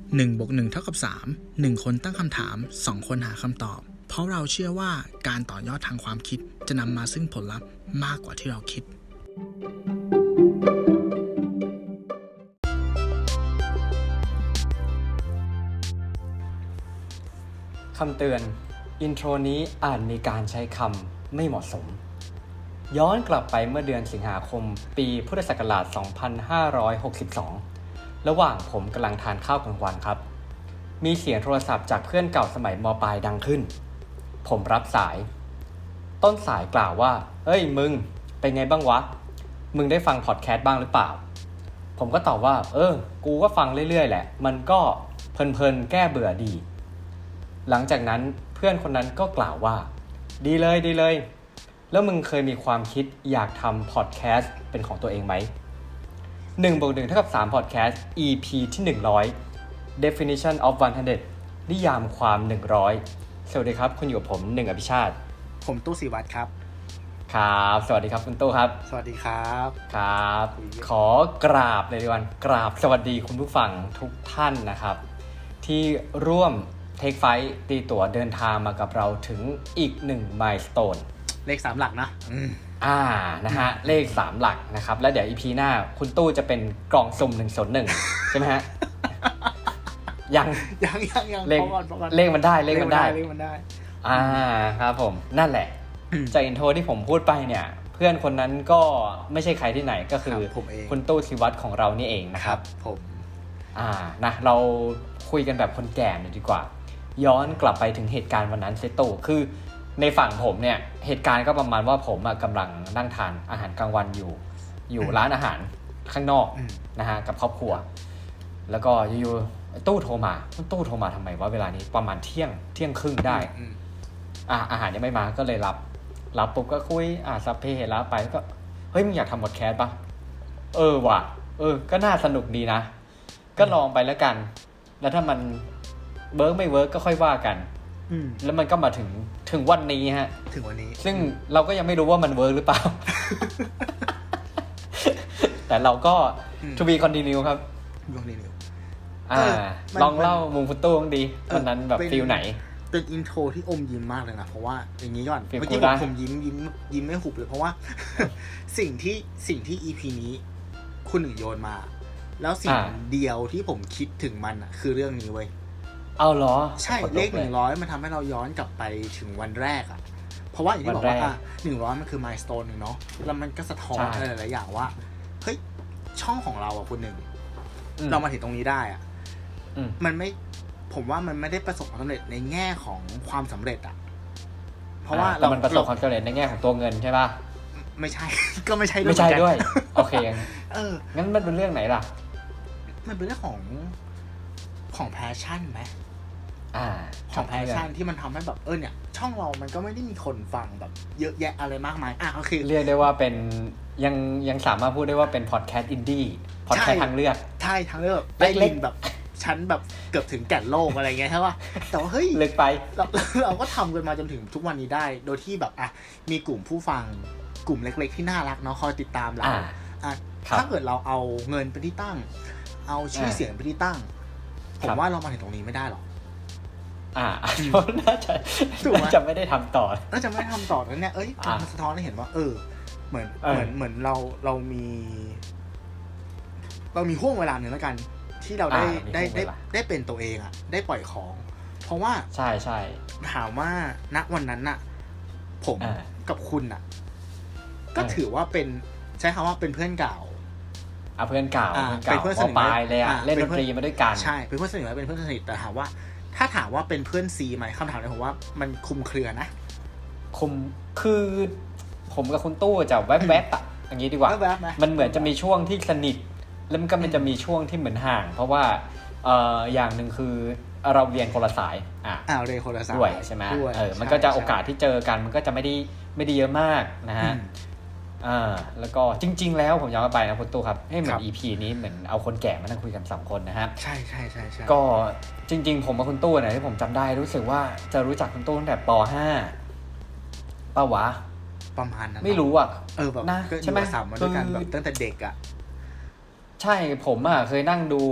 1+1=3 1คนตั้งคำถาม2คนหาคำตอบเพราะเราเชื่อว่าการต่อยอดทางความคิดจะนำมาซึ่งผลลัพธ์มากกว่าที่เราคิดคำเตือนอินโทรนี้อาจมีการใช้คำไม่เหมาะสมย้อนกลับไปเมื่อเดือนสิงหาคมปีพุทธศักราช 2562 ระหว่างผมกำลังทานข้าวกลางวันครับมีเสียงโทรศัพท์จากเพื่อนเก่าสมัยม.ปลายดังขึ้นผมรับสายต้นสายกล่าวว่าเฮ้ยมึงเป็นไงบ้างวะมึงได้ฟังพอดแคสต์บ้างหรือเปล่าผมก็ตอบว่ากูก็ฟังเรื่อยๆแหละมันก็เพลินๆแก้เบื่อดีหลังจากนั้นเพื่อนคนนั้นก็กล่าวว่าดีเลยแล้วมึงเคยมีความคิดอยากทำพอดแคสต์เป็นของตัวเองไหม1+1=3 พอดแคสต์ EP ที่100 Definition of 100 นิยามความ 100สวัสดีครับคุณอยู่กับผม1อภิชาติผมตู้ศิวัตรครับครับสวัสดีครับคุณตู้ครับสวัสดีครับครับขอกราบเลยดีกว่ากราบสวัสดีคุณผู้ฟังทุกท่านนะครับที่ร่วมเทคไฟท์ตีตั๋วเดินทางมากับเราถึงอีก1ไมล์สโตนเลข3หลักนะนะฮะเลข3หลักนะครับแล้วเดี๋ยว EP หน้าคุณตู้จะเป็นกล่องสุ่ม101ใช่ไหมฮะยังเลขมันได้ครับผมนั่นแหละจากอินโทรที่ผมพูดไปเนี่ยเพื่อนคนนั้นก็ไม่ใช่ใครที่ไหนก็คือคุณตู้ศิวัตรของเรานี่เองนะครับผมนะเราคุยกันแบบคนแก่หน่อยดีกว่าย้อนกลับไปถึงเหตุการณ์วันนั้นเซโต้คือในฝั่งผมเนี่ยเหตุการณ์ก็ประมาณว่าผมกำลังนั่งทานอาหารกลางวันอยู่ร้านอาหารข้างนอกนะฮะกับครอบครัวแล้วก็อยู่ๆตู้โทรมาทำไมวะเวลานี้ประมาณเที่ยงครึ่งได้อาหารยังไม่มาก็เลยรับปุ๊บก็คุยซับเพเหระไปแล้วก็เฮ้ยมึงอยากทำพอดแคสต์ป่ะว่ะก็น่าสนุกดีนะก็ลองไปแล้วกันแล้วถ้ามันเวิร์กไม่เวิร์กก็ค่อยว่ากันแล้วมันก็มาถึงวันนี้ฮะถึงวันนี้ซึ่งเราก็ยังไม่รู้ว่ามันเวิร์กหรือเปล่า แต่เราก็ to be continue ครับลองเล่ามุมฟุตตู้บ้างดีวันนั้นแบบฟีลไหนเป็นอินโทรที่อมยิ้มมากเลยนะเพราะว่าอย่างนี้ก่อนเมื่อกี้ผมยิ้มไม่หุบเลยเพราะว่าสิ่งที่ EP นี้คุณหนึ่งโยนมาแล้วสิ่งเดียวที่ผมคิดถึงมันคือเรื่องนี้เว้ยเอาเหรอใช่เลข100มันทำให้เราย้อนกลับไปถึงวันแรกเพราะว่าอย่างที่บอกว่า100มันคือมายสโตนนึงเนาะแล้วมันก็สะท้อนอะไรหลายๆอย่างว่าเฮ้ยช่องของเราคุณหนึ่งเรามาถึงตรงนี้ได้มันไม่ผมว่ามันไม่ได้ประสบความสำเร็จในแง่ของความสำเร็จเพราะว่ามันประสบความสำเร็จในแง่ของตัวเงินใช่ป่ะไม่ใช่ก็ไม่ใช่ด้วยโอเคงั้นมันเป็นเรื่องไหนล่ะมันเป็นเรื่องของแพชชั่นไหมของแพชชั่นที่มันทำให้แบบเนี่ยช่องเรามันก็ไม่ได้มีคนฟังแบบเยอะแยะอะไรมากมายโอเคเรียกได้ว่าเป็นยังสามารถพูดได้ว่าเป็นพอดแคสต์อินดี้พอดแคสต์ทางเลือกใช่ทางเลือกได้ยินแบบชั้นแบบเกือบถึงแก่นโลกอะไรเงี้ยใช่ป่ะแต่ว่าเฮ้ยลึกไปเราก็ทำกันมาจนถึงทุกวันนี้ได้โดยที่แบบมีกลุ่มผู้ฟังกลุ่มเล็กๆที่น่ารักเนาะคอยติดตามเราถ้าเกิดเราเอาเงินเป็นที่ตั้งเอาชื่อเสียงเป็นที่ตั้งผมว่าเรามาถึงตรงนี้ไม่ได้หรอกน่าจะไม่ได้ทำต่อแล้วเนี่ยมันสะท้อนให้เห็นว่าเหมือนเรามีห่วงเวลาหนึ่งแล้วกันที่เราได้เป็นตัวเองได้ปล่อยของเพราะว่าใช่ถามว่าณวันนั้นผมกับคุณก็ถือว่าเป็นใช้คำว่าเป็นเพื่อนเก่าเพื่อนเก่าเป็นเพื่อนสนิทปลายเลยเล่นดนตรีมาด้วยกันใช่เป็นเพื่อนสนิทเป็นเพื่อนสนิทแต่ถามว่าถ้าถามว่าเป็นเพื่อนซีไหมคำถามนี้ผมว่ามันคุมเครือนะคือผมกับคุณตู้จะแวบๆอย่างนี้ดีกว่ามันเหมือนจะมีช่วงที่สนิทแล้วมันก็จะมีช่วงที่เหมือนห่างเพราะว่าอย่างนึงคือเราเรียนคนละสายเรียนคนละสายด้วยใช่ไหมมันก็จะโอกาสที่เจอกันมันก็จะไม่ได้เยอะมากนะฮะแล้วก็จริงๆแล้วผมย้อนไปนะคุณตู้ครับให้เหมือน EP นี้เหมือนเอาคนแก่มานั่งคุยกัน2คนนะฮะใช่ก็จริงๆผมกับคุณตู้เนี่ยที่ผมจำได้รู้สึกว่าจะรู้จักคุณตู้ตั้งแต่ป .5 ป่ะวะประมาณนั้นไม่รู้แบบใช่ไหมมาด้วยกันแบบตั้งแต่เด็กใช่ผมเคยนั่งดู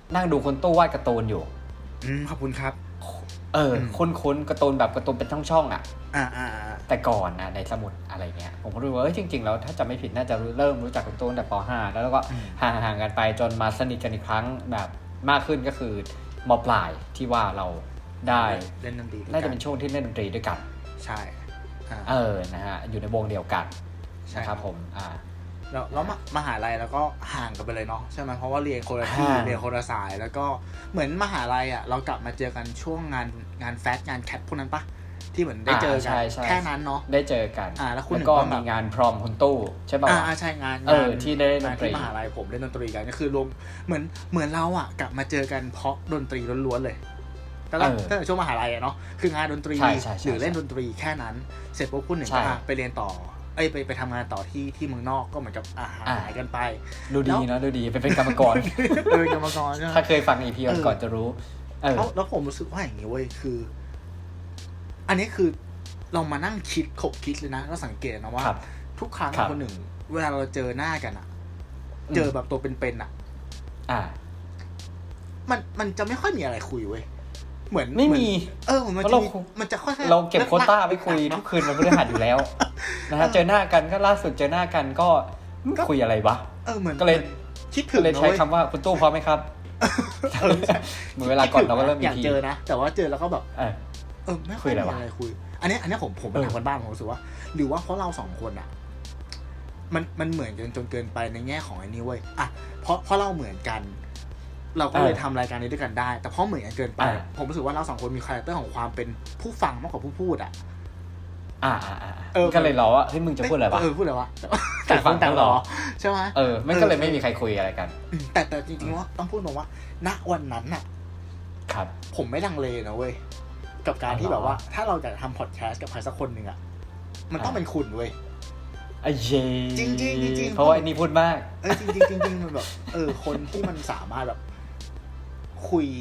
นั่งดูคุณตู้วาดการ์ตูนอยู่ขอบคุณครับคุ้นการ์ตูนแบบการ์ตูนเป็นช่องๆอ่ะแต่ก่อนนะในสมุดอะไรเงี้ยผมก็รู้ว่าจริงๆแล้วถ้าจะไม่ผิดน่าจะเริ่มรู้จักคุณตู้ตั้งแต่ป .5 แล้วก็ห่างๆกันไปจนมาสนิทกันอีกครั้งแบบมากขึ้นก็คือม.ปลายที่ว่าเราได้เล่นดนตรีน่าจะเป็นช่วงที่เล่นดนตรีด้วยกันใช่นะฮะอยู่ในวงเดียวกันนะครับผมแล้วมหาลัยแล้วก็ห่างกันไปเลยเนาะใช่ไหมเพราะว่าเรียนคนละที่เรียนคนละสายแล้วก็เหมือนมหาลัยอ่ะเรากลับมาเจอกันช่วงงานแฟชงานแคทพวกนั้นปะที่เหมือนได้เจอกันแค่นั้นเนาะได้เจอกันแล้วคุณก็มีงานพรอมคุณตู้ใช่ป่ะใช่งานที่ได้ดนตรีมหาลัยผมเล่นดนตรีกันก็คือรวมเหมือนเราอ่ะกลับมาเจอกันเพราะดนตรีล้วนๆเลยตั้งแต่ช่วงมหาลัยเนาะคืองานดนตรีหรือเล่นดนตรีแค่นั้นเสร็จปุ๊บคุณหนึ่งก็ไปเรียนต่อไปทำงานต่อที่เมืองนอกก็เหมือนกับหายกันไปดูดีเนาะดูดีเป็นกรรมกรเป็นกรรมกรใช่ไหมถ้าเคยฟัง EP ก่อนจะรู้แล้วผมรู้สึกว่าอย่างนี้เว้ยคืออันนี้คือเรามานั่งขบคิดเลยนะแล้วสังเกตนะว่าทุกครั้งคนหนึ่งเวลาเราเจอหน้ากันอ่ะเจอแบบตัวเป็นๆอ่ะมันจะไม่ค่อยมีอะไรคุยเว้ยเหมือนไม่มีมันจะค่อยเราเก็บโควต้าไปคุยทุกคืนวันพฤหัสอยู่แล้วนะฮะเจอหน้ากันก็ล่าสุดเจอหน้ากันก็คุยอะไรวะเหมือนก็เลยคิดถึงเลยใช้คำว่าคุณตู้พร้อมไหมครับเหมือนเวลาก่อนเราก็เริ่มอยากเจอนะแต่ว่าเจอแล้วก็แบบไม่ค่อยมีอะไรคุยอันนี้ผมเป็นคนบ้านผมรู้สึกว่าหรือว่าเพราะเราสองคนอ่ะมันเหมือนกันจนเกินไปในแง่ของไอ้นี่เว้ยเพราะเราเหมือนกันเราก็เลยทำรายการนี้ด้วยกันได้แต่เพราะเหมือนกันเกินไปผมรู้สึกว่าเราสองคนมีคาแรคเตอร์ของความเป็นผู้ฟังมากกว่าผู้พูดอ่ะก็เลยล้อว่าเฮ้ยมึงจะพูดอะไรวะพูดอะไรวะแต่ฟังแต่ล้อใช่ไหมไม่ก็เลยไม่มีใครคุยอะไรกันแต่จริงๆว่าต้องพูดตรงว่าณวันนั้นน่ะครับผมไม่ลังเลนะเว้ยกับการที่แบบว่าถ้าเราจะทำพอดแคสต์กับใครสักคนหนึ่งอ่ะมันต้องเป็นคุณเว้ยจริงจริงจริงเพราะว่าไอ้นี่พูดมากจริงจริงจริงมันแบบคนที่มันสามารถแบบคุย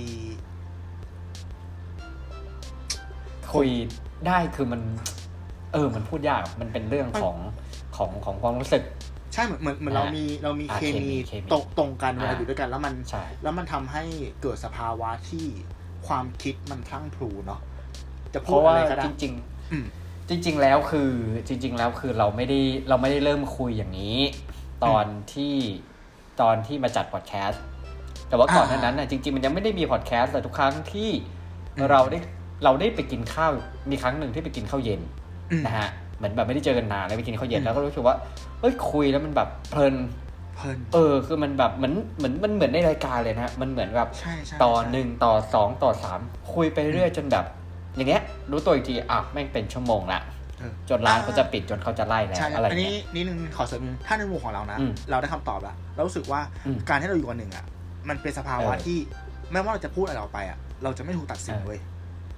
ได้คือมันพูดยากมันเป็นเรื่องของความรู้สึกใช่เหมือนเรามีเคมีตรงกันเวลาอยู่ด้วยกันแล้วมันทำให้เกิดสภาวะที่ความคิดมันพลั่งพลูเนาะจะพูดอะไรก็ได้จริงแล้วคือเราไม่ได้เริ่มคุยอย่างนี้ตอนที่มาจัดพอดแคสต์แต่ว่าก่อนหน้านั้นน่ะจริงๆมันยังไม่ได้มีพอดแคสต์แต่ทุกครั้งที่เราได้ไปกินข้าวมีครั้งหนึ่งที่ไปกินข้าวเย็นนะฮะเหมือนแบบไม่ได้เจอกันนานแล้วไปกินข้าวเย็นแล้วก็รู้สึกว่าคุยแล้วมันแบบเพลินคือมันแบบเหมือนมันเหมือนในรายการเลยนะมันเหมือนแบบต่อ1ต่อ2ต่อ3คุยไปเรื่อยจนแบบอย่างเงี้ยรู้ตัวอีกทีแม่งเป็นชั่วโมงละจนร้านเขาจะปิดจนเขาจะไล่แล้วอะไรอันนี้นิดนึงขอเสริมถ้าในมุมของเรานะเราได้คำตอบแล้วเรารู้สึกว่าการที่เราอยู่กันหนึ่งมันเป็นสภาวะที่ไม่ว่าเราจะพูดอะไรออกไปเราจะไม่ถูกตัดสินเว้ย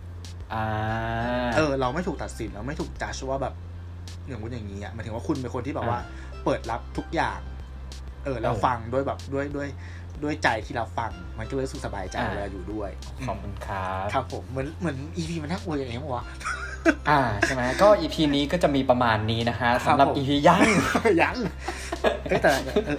เราไม่ถูกตัดสินเราไม่ถูกจัดว่าแบบอย่างนู้นอย่างนี้หมายถึงว่าคุณเป็นคนที่แบบว่าเปิดรับทุกอย่างเราฟังด้วยแบบด้วยใจที่เราฟังมันก็เลยรู้สึกสบายใจเวลาอยู่ด้วยขอบคุณครับครับผมเหมือน EP มันน่ากลัวอย่างนี้มั้งวะใช่ไหมก็ EP นี้ก็จะมีประมาณนี้นะฮะสำหรับ EP ยังแต่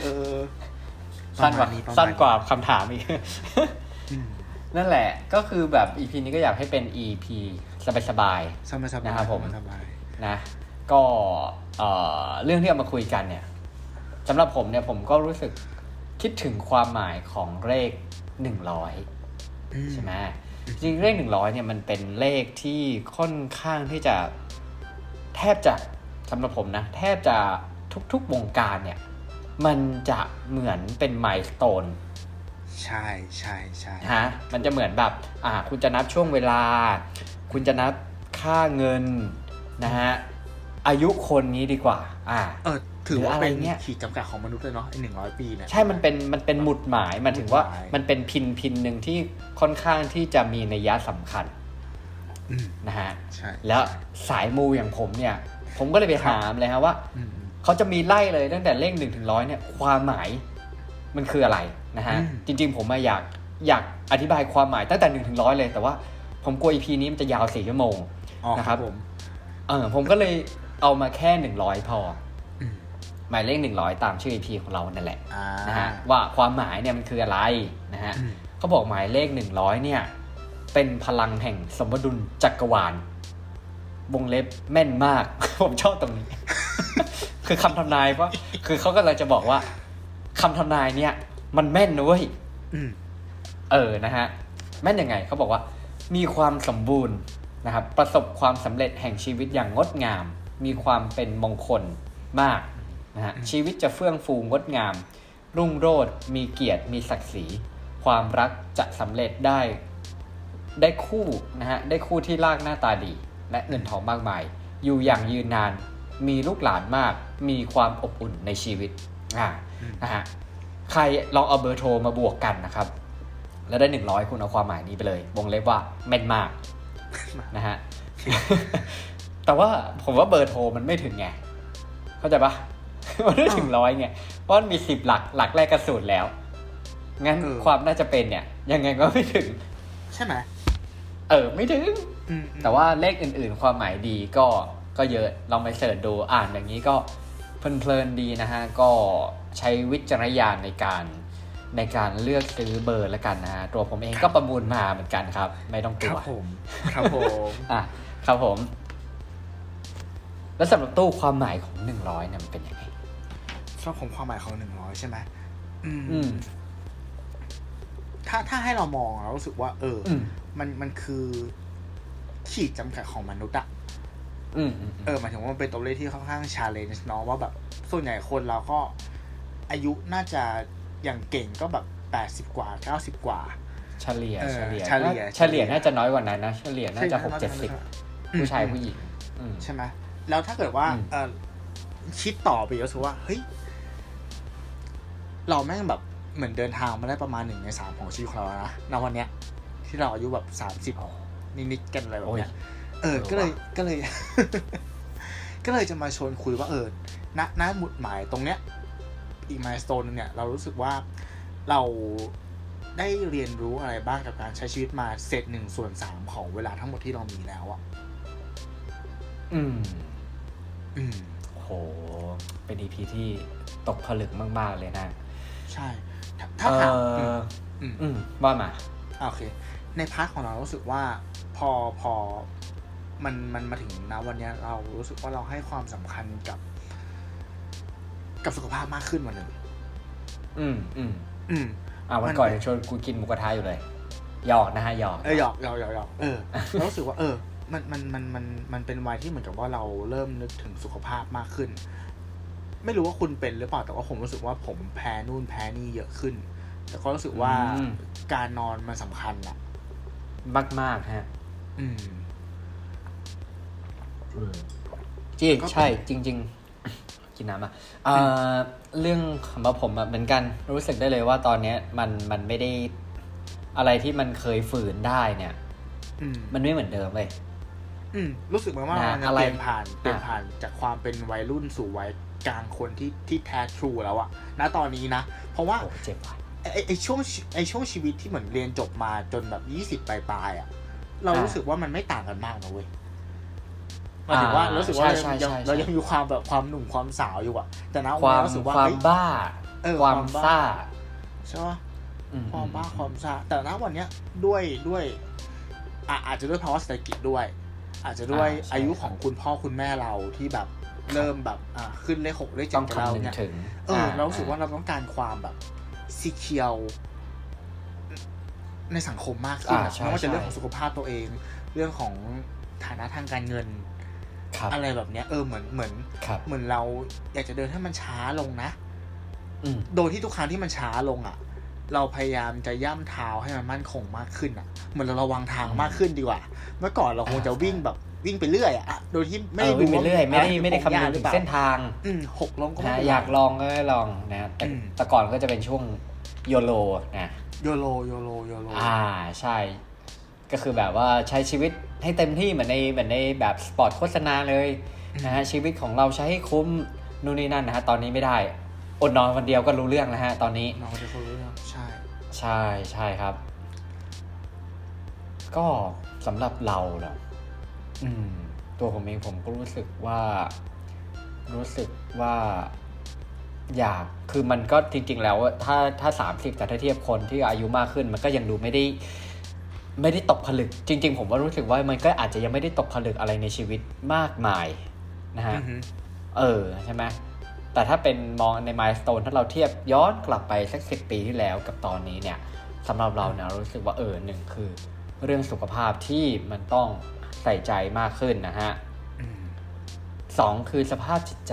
สั้นกว่าคำถามอีกนั่นแหละก็คือแบบ EP นี้ก็อยากให้เป็น EP สบายๆนะครับผมนะก็เรื่องที่เอามาคุยกันเนี่ยสำหรับผมเนี่ยผมก็รู้สึกคิดถึงความหมายของเลข100ใช่ไหมจริงเลข100เนี่ยมันเป็นเลขที่ค่อนข้างที่จะแทบจะสำหรับผมนะแทบจะทุกๆวงการเนี่ยมันจะเหมือนเป็นไมล์สโตนใช่มันจะเหมือนแบบคุณจะนับช่วงเวลาคุณจะนับค่าเงินนะฮะอายุคนนี้ดีกว่าถือว่าเป็นขีดจำกัดของมนุษย์เลยเนาะ100 ปีเนี่ยใช่มันเป็นหมุดหมายมันถึงว่ามันเป็นพินหนึ่งที่ค่อนข้างที่จะมีนัยยะสำคัญนะฮะแล้วสายมูอย่างผมเนี่ยผมก็เลยไปถามเลยฮะว่าเขาจะมีไล่เลยตั้งแต่เลข1 ถึง 100เนี่ยความหมายมันคืออะไรนะฮะจริงๆผมอยากอธิบายความหมายตั้งแต่1 ถึง 100เลยแต่ว่าผมกลัว EP นี้มันจะยาว4 ชั่วโมงนะครับผมก็เลยเอามาแค่100พอหมายเลข100ตามชื่อ EP ของเรานั่นแหละนะฮะว่าความหมายเนี่ยมันคืออะไรนะฮะเขาบอกหมายเลข100เนี่ยเป็นพลังแห่งสมดุลจักรวาลวงเล็บแม่นมาก ผมชอบตรงนี้ คือคำทำนายว่าคือเขากำลังจะบอกว่าคำทำนายเนี่ยมันแม่นนะเว้ยนะฮะแม่นยังไงเขาบอกว่ามีความสมบูรณ์นะครับประสบความสำเร็จแห่งชีวิตอย่างงดงามมีความเป็นมงคลมากนะฮะชีวิตจะเฟื่องฟูงดงามรุ่งโรจน์มีเกียรติมีศักดิ์ศรีความรักจะสำเร็จได้คู่นะฮะได้คู่ที่รากหน้าตาดีและเงินทองมากมายอยู่อย่างยืนนานมีลูกหลานมากมีความอบอุ่นในชีวิตนะฮะใครลองเอาเบอร์โทรมาบวกกันนะครับแล้วได้100คุณเอาความหมายนี้ไปเลยวงเล็บว่าแม่นมากนะฮะ แต่ว่าผมว่าเบอร์โทรมันไม่ถึงไงเข้าใจปะ มันไม่ถึง100ไงเพราะมันมี10หลักแรกกระสุนแล้วงั้นความน่าจะเป็นเนี่ยยังไงก็ไม่ถึงใช่ไหมไม่ถึงแต่ว่าเลขอื่นๆความหมายดีก็เยอะลองไปเสิร์ชดูอ่านอย่างนี้ก็เพลินๆดีนะฮะก็ใช้วิจารณญาณในการเลือกซื้อเบอร์แล้วกันนะฮะตัวผมเองก็ประมูลมาเหมือนกันครับไม่ต้องกลัวครับผมครับผมแล้วสำหรับตู้ความหมายของ100เนี่ยมันเป็นยังไงสำหรับผมความหมายของ100ใช่ไหมถ้าให้เรามองเรารู้สึกว่ามันคือขีดจำกัดของมนุษย์อะหมายถึงว่ามันเป็นตัวเลขที่ค่อนข้าง challenge เนาะว่าแบบส่วนใหญ่คนเราก็อายุน่าจะอย่างเก่งก็แบบ80กว่า90กว่าเฉลี่ยน่าจะน้อยกว่านั้นนะเฉลี่ยน่าจะ6-70ผู้ชายผู้หญิงใช่ไหมแล้วถ้าเกิดว่าคิดต่อไปก็คือว่าเฮ้ยเราแม่งแบบเหมือนเดินทางมาได้ประมาณ1 ใน 3ของชีวิตของเรานะณวันเนี้ยที่เราอายุแบบ30นิดๆกันอะไรแบบเนี้ยก็เลย ก็เลยจะมาชวนคุยว่าณหมุดหมายตรงเนี้ยอีกมายสโตนนึงเนี่ยเรารู้สึกว่าเราได้เรียนรู้อะไรบ้างกับการใช้ชีวิตมาเศษ1/3ของเวลาทั้งหมดที่เรามีแล้วอ่ะโหเป็น EP ที่ตกผลึกมากๆเลยนะใช่ถ้าถามว่ามาโอเคในพาร์ทของเรารู้สึกว่าพอมันมาถึงณวันนี้เรารู้สึกว่าเราให้ความสำคัญกับสุขภาพมากขึ้นวันหนึ่งวันก่อนชวนกูกินหมูกระทะอยู่เลยหยอกนะฮะหยอกเรารู้สึกว่ามันเป็นวัยที่เหมือนกับว่าเราเริ่มนึกถึงสุขภาพมากขึ้นไม่รู้ว่าคุณเป็นหรือเปล่าแต่ว่าผมรู้สึกว่าผมแพ้นู่นแพ้นี่เยอะขึ้นแต่ก็รู้สึกว่าการนอนมันสำคัญอะมากฮะจริงใช่จริงกินน้ำอ่ะเรื่องของผมเหมือนกันรู้สึกได้เลยว่าตอนนี้มันไม่ได้อะไรที่มันเคยฝืนได้เนี่ยมันไม่เหมือนเดิมเลยรู้สึกเหมือนว่ามันเปลี่ยนผ่านจากความเป็นวัยรุ่นสู่วัยกลางคนที่แท้ทรูแล้วอะณตอนนี้นะเพราะว่าเจ็บว่ะไอช่วงชีวิตที่เหมือนเรียนจบมาจนแบบ20ปลายๆอะเรารู้สึกว่ามันไม่ต่างกันมากนะเว้ยหมายถึงว่ารู้สึกว่าเรายังมีความแบบความหนุ่มความสาวอยู่อะแต่ณวันนี้รู้สึกว่าความบ้าความซ่าใช่ป่ะความบ้าความซ่าแต่ณวันนี้ด้วยอาจจะด้วยภาวะเศรษฐกิจด้วยอาจจะด้วยอายุของคุณพ่อคุณแม่เราที่แบบเริ่มแบบขึ้นเลข6เลข7กับเราเนี่ยเรารู้สึกว่าเราต้องการความแบบซีเคียวในสังคมมากขึ้นไม่ว่าจะเรื่องของสุขภาพตัวเองเรื่องของฐานะทางการเงินอะไรแบบเนี้ยเหมือนเราอยากจะเดินให้มันช้าลงนะโดยที่ทุกครั้งที่มันช้าลงอ่ะเราพยายามจะย่ำเท้าให้มันมั่นคงมากขึ้นอ่ะเหมือนเราระวังทางมากขึ้นดีกว่าเมื่อก่อนเราคงจะวิ่งแบบวิ่งไปเรื่อยอ่ะโดยที่ไม่ได้ดูไปเรื่อยไม่ได้คำนึงถึงเส้นทาง 6ลงก็อยากลองก็ลองนะแต่ก่อนก็จะเป็นช่วงโยโลนะโยโลใช่ก็คือแบบว่าใช้ชีวิตให้เต็มที่เหมือนในแบบสปอร์ตโฆษณาเลยนะฮะชีวิตของเราใช้ให้คุ้มนู่นนี่นั่นนะฮะตอนนี้ไม่ได้อดนอนวันเดียวก็รู้เรื่องแล้วฮะตอนนี้นอนวันเดียวก็รู้เรื่องใช่ครับก็สำหรับเราเนาะตัวผมเองผมก็รู้สึกว่าอยากคือมันก็จริงๆแล้วถ้า30แต่ถ้าเทียบคนที่อายุมากขึ้นมันก็ยังดูไม่ได้ตกผลึกจริงๆผมว่ารู้สึกว่ามันก็อาจจะยังไม่ได้ตกผลึกอะไรในชีวิตมากมายนะฮะใช่ไหมแต่ถ้าเป็นมองในมายสโตนถ้าเราเทียบย้อนกลับไปสัก10 ปีที่แล้วกับตอนนี้เนี่ยสำหรับเราเนี่ยรู้สึกว่าหนึ่งคือเรื่องสุขภาพที่มันต้องใส่ใจมากขึ้นนะฮะ2คือสภาพจิตใจ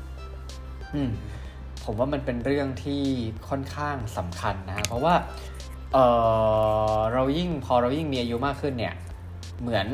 ผมว่ามันเป็นเรื่องที่ค่อนข้างสำคัญนะเพราะว่าพอเรายิ่งมีอายุมากขึ้นเนี่ยเหมื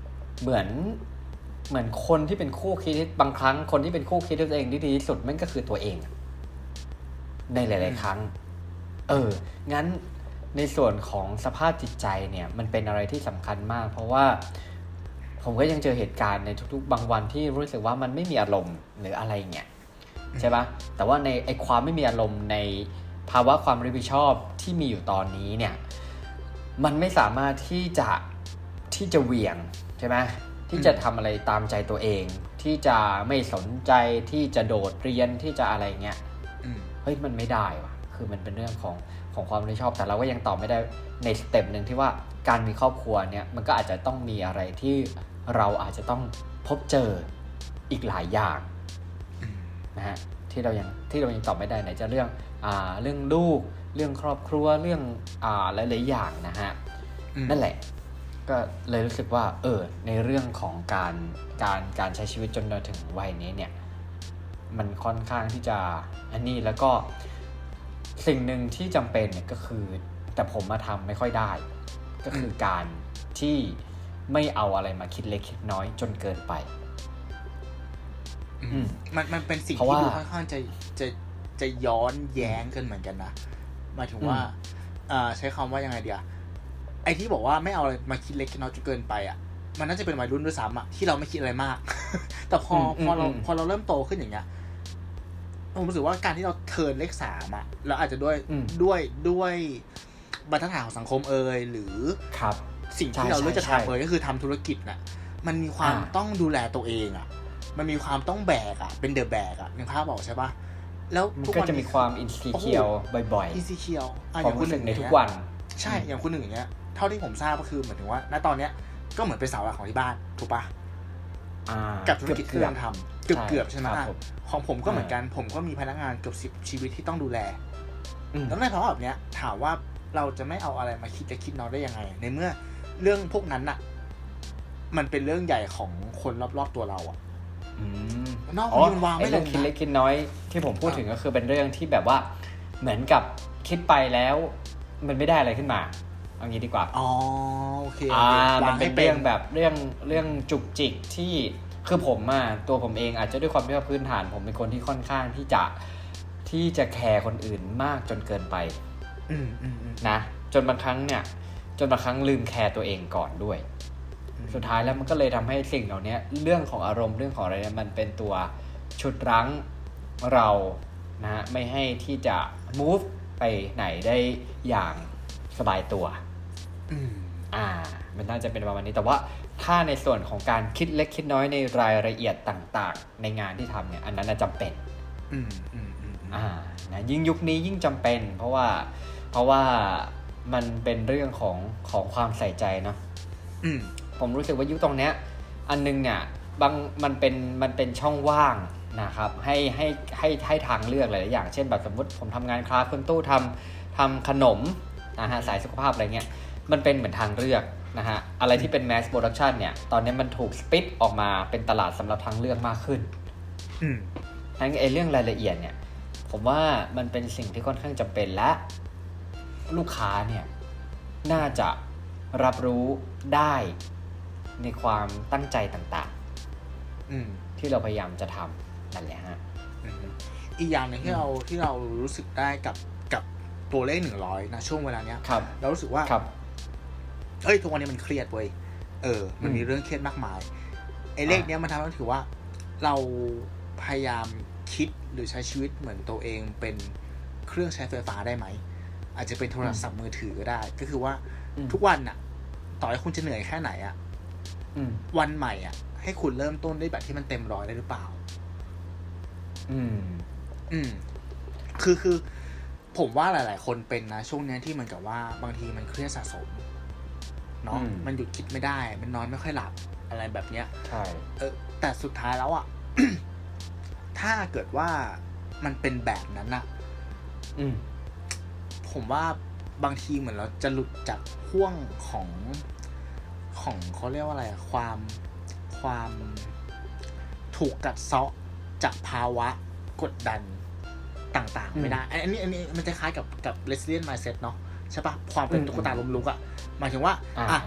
อนคนที่เป็นคู่คิดบางครั้งคนที่เป็นคู่คิดตัวเองที่ดีที่สุดมันก็คือตัวเองในหลายๆครั้งงั้นในส่วนของสภาพจิตใจเนี่ยมันเป็นอะไรที่สำคัญมากเพราะว่าผมก็ยังเจอเหตุการณ์ในทุกๆบางวันที่รู้สึกว่ามันไม่มีอารมณ์หรืออะไรเงี้ยใช่ปะแต่ว่าในไอ้ความไม่มีอารมณ์ในภาวะความรับผิดชอบที่มีอยู่ตอนนี้เนี่ยมันไม่สามารถที่จะเหวี่ยงใช่ไหมที่จะทำอะไรตามใจตัวเองที่จะไม่สนใจที่จะโดดเรียนที่จะอะไรเงี้ยเฮ้ยมันไม่ได้ว่ะคือมันเป็นเรื่องของความรับผิดชอบแต่เราก็ยังตอบไม่ได้ในสเต็ปนึงที่ว่าการมีครอบครัวเนี่ยมันก็อาจจะต้องมีอะไรที่เราอาจจะต้องพบเจออีกหลายอย่างนะฮะที่เรายังตอบไม่ได้ไหนจะเรื่องลูกเรื่องครอบครัวเรื่องหลายๆอย่างนะฮะนั่นแหละก็เลยรู้สึกว่าในเรื่องของการใช้ชีวิตจนถึงวัยนี้เนี่ยมันค่อนข้างที่จะอันนี้แล้วก็สิ่งหนึ่งที่จำเป็นเนี่ยก็คือแต่ผมมาทำไม่ค่อยได้ก็คือการที่ไม่เอาอะไรมาคิดเล็กคิดน้อยจนเกินไปมันเป็นสิ่งที่ดูค่อนข้างจะย้อนแย้งกันเหมือนกันนะหมายถึงว่าใช้คำว่ายังไงเดียวไอ้ที่บอกว่าไม่เอาอะไรมาคิดเล็กคิดน้อยจนเกินไปอ่ะมันน่าจะเป็นวัยรุ่นด้วยซ้ำที่เราไม่คิดอะไรมาก แต่พอเราเริ่มโตขึ้นอย่างเงี้ยผมรู้สึกว่าการที่เราเทิร์นเลข3เราอาจจะด้วยบรรทัดฐานของสังคมหรือสิ่งที่เราเลือกจะทำก็คือทำธุรกิจน่ะมันมีความต้องดูแลตัวเองมันมีความต้องแบกเป็นเดอะแบกนึกภาพบอกใช่ป่ะแล้วมันก็จะมีความอินซีเคียวบ่อยๆอินซีเคียวอย่างคุณหนึ่งในทุกวันใช่อย่างคุณหนึ่งอย่างเงี้ยเท่าที่ผมทราบก็คือเหมือนถึงว่าณตอนเนี้ยก็เหมือนเป็นเสาหลักของที่บ้านถูกป่ะกับธุรกิจที่เราทำเกือบใช่ไหมของผมก็เหมือนกันผมก็มีพนักงานเกือบ10ชีวิตที่ต้องดูแลแล้วในภาวะแบบเนี้ยถามว่าเราจะไม่เอาอะไรมาคิดน้อยได้ยังไงในเมื่อเรื่องพวกนั้นน่ะมันเป็นเรื่องใหญ่ของคนรอบๆตัวเรานอกมันวางไม่ลงคิดเล็กคิดน้อยที่ผมพูดถึงก็คือเป็นเรื่องที่แบบว่าเหมือนกับคิดไปแล้วมันไม่ได้อะไรขึ้นมาเอางี้ดีกว่าโอเคมันเป็นเรื่องแบบเรื่องจุกจิกที่คือผมตัวผมเองอาจจะด้วยความที่ว่าพื้นฐานผมเป็นคนที่ค่อนข้างที่จะแคร์คนอื่นมากจนเกินไปนะจนบางครั้งลืมแคร์ตัวเองก่อนด้วยสุดท้ายแล้วมันก็เลยทำให้สิ่งเหล่านี้เรื่องของอารมณ์เรื่องของอะไรมันเป็นตัวฉุดรั้งเรานะไม่ให้ที่จะ move ไปไหนได้อย่างสบายตัวมันน่าจะเป็นประมาณนี้แต่ว่าถ้าในส่วนของการคิดเล็กคิดน้อยในรายละเอียดต่างๆในงานที่ทำเนี่ยอันนั้นจำเป็นนะยิ่งยุคนี้ยิ่งจำเป็นเพราะว่ามันเป็นเรื่องของความใส่ใจเนาะผมรู้สึกว่ายุคตรงเนี้ยอันนึงเนี่ยมันเป็นช่องว่างนะครับให้ทางเลือกหลายๆอย่างเช่นแบบสมมติผมทำงานคราฟต์คุณตู้ทำขนมนะฮะสายสุขภาพอะไรเงี้ยมันเป็นเหมือนทางเลือกนะฮะอะไรที่เป็นแมสโปรดักชันเนี่ยตอนนี้มันถูกสปิตออกมาเป็นตลาดสำหรับทางเลือกมากขึ้นทั้งเรื่องรายละเอียดเนี่ยผมว่ามันเป็นสิ่งที่ค่อนข้างจำเป็นและลูกค้าเนี่ยน่าจะรับรู้ได้ในความตั้งใจต่างๆที่เราพยายามจะทำนั่นแหละฮะอีกอย่างนึงที่เรารู้สึกได้กับตัวเลข100นะช่วงเวลาเนี้ยเรารู้สึกว่าทุกวันนี้มันเครียดเว้ยมันมีเรื่องเครียดมากมายไอ้เลขเนี้ยมันทำให้ถือว่าเราพยายามคิดหรือใช้ชีวิตเหมือนตัวเองเป็นเครื่องใช้ไฟฟ้าได้ไหมอาจจะเป็นโทรศัพท์มือถือก็ได้ก็คือว่าทุกวันน่ะต่อให้คุณจะเหนื่อยแค่ไหนวันใหม่ให้คุณเริ่มต้นได้แบบที่มันเต็มร้อยได้หรือเปล่าคือผมว่าหลายๆคนเป็นนะช่วงนี้ที่เหมือนกับว่าบางทีมันเครียดสะสมเนาะมันหยุดคิดไม่ได้มันนอนไม่ค่อยหลับอะไรแบบเนี้ยใช่แต่สุดท้ายแล้วอ่ะ ถ้าเกิดว่ามันเป็นแบบนั้นอ่ะผมว่าบางทีเหมือนเราจะหลุดจากห่วงของเขาเรียกว่าอะไรอะความถูกกัดเซาะจากภาวะกดดันต่างๆไม่ได้อันนี้มันจะคล้ายกับ resilient mindset เนาะใช่ปะความเป็นตุ๊กตาล้มลุกอะหมายถึงว่า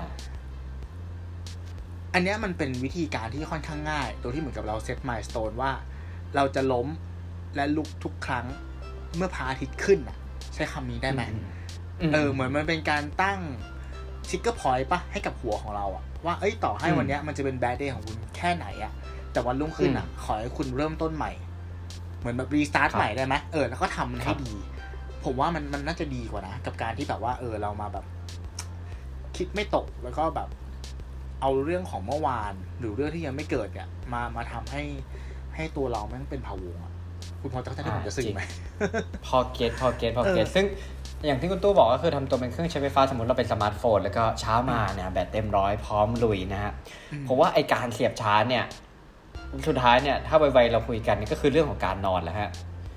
อันนี้มันเป็นวิธีการที่ค่อนข้างง่ายโดยที่เหมือนกับเราเซต milestone ว่าเราจะล้มและลุกทุกครั้งเมื่อพระอาทิตย์ขึ้นอะใช้คำนี้ได้ไหมเหมือนมันเป็นการตั้งtrigger point ปะให้กับหัวของเราอะว่าต่อให้วันนี้มันจะเป็น bad day ของคุณแค่ไหนอะแต่วันรุ่งขึ้นอะขอให้คุณเริ่มต้นใหม่เหมือนแบบ restart ใหม่ได้ไหมแล้วก็ทำมันให้ดีผมว่ามันน่าจะดีกว่านะกับการที่แบบว่าเรามาแบบคิดไม่ตกแล้วก็แบบเอาเรื่องของเมื่อวานหรือเรื่องที่ยังไม่เกิดเนี่ยมาทำให้ตัวเราไม่ต้องเป็นพะวงอะคุณพอจะเข้าใจที่ผมจะสื่อไหมพอเก็ตซึ่งอย่างที่คุณตู้บอกก็คือทำตัวเป็นเครื่องใช้ไฟฟ้าสมมติเราเป็นสมาร์ทโฟนแล้วก็เช้ามาเนี่ยแบตเต็ม100พร้อมลุยนะฮะผมว่าไอการเสียบชาร์จเนี่ยสุดท้ายเนี่ยถ้าไวๆเราคุยกันก็คือเรื่องของการนอนแหละฮะ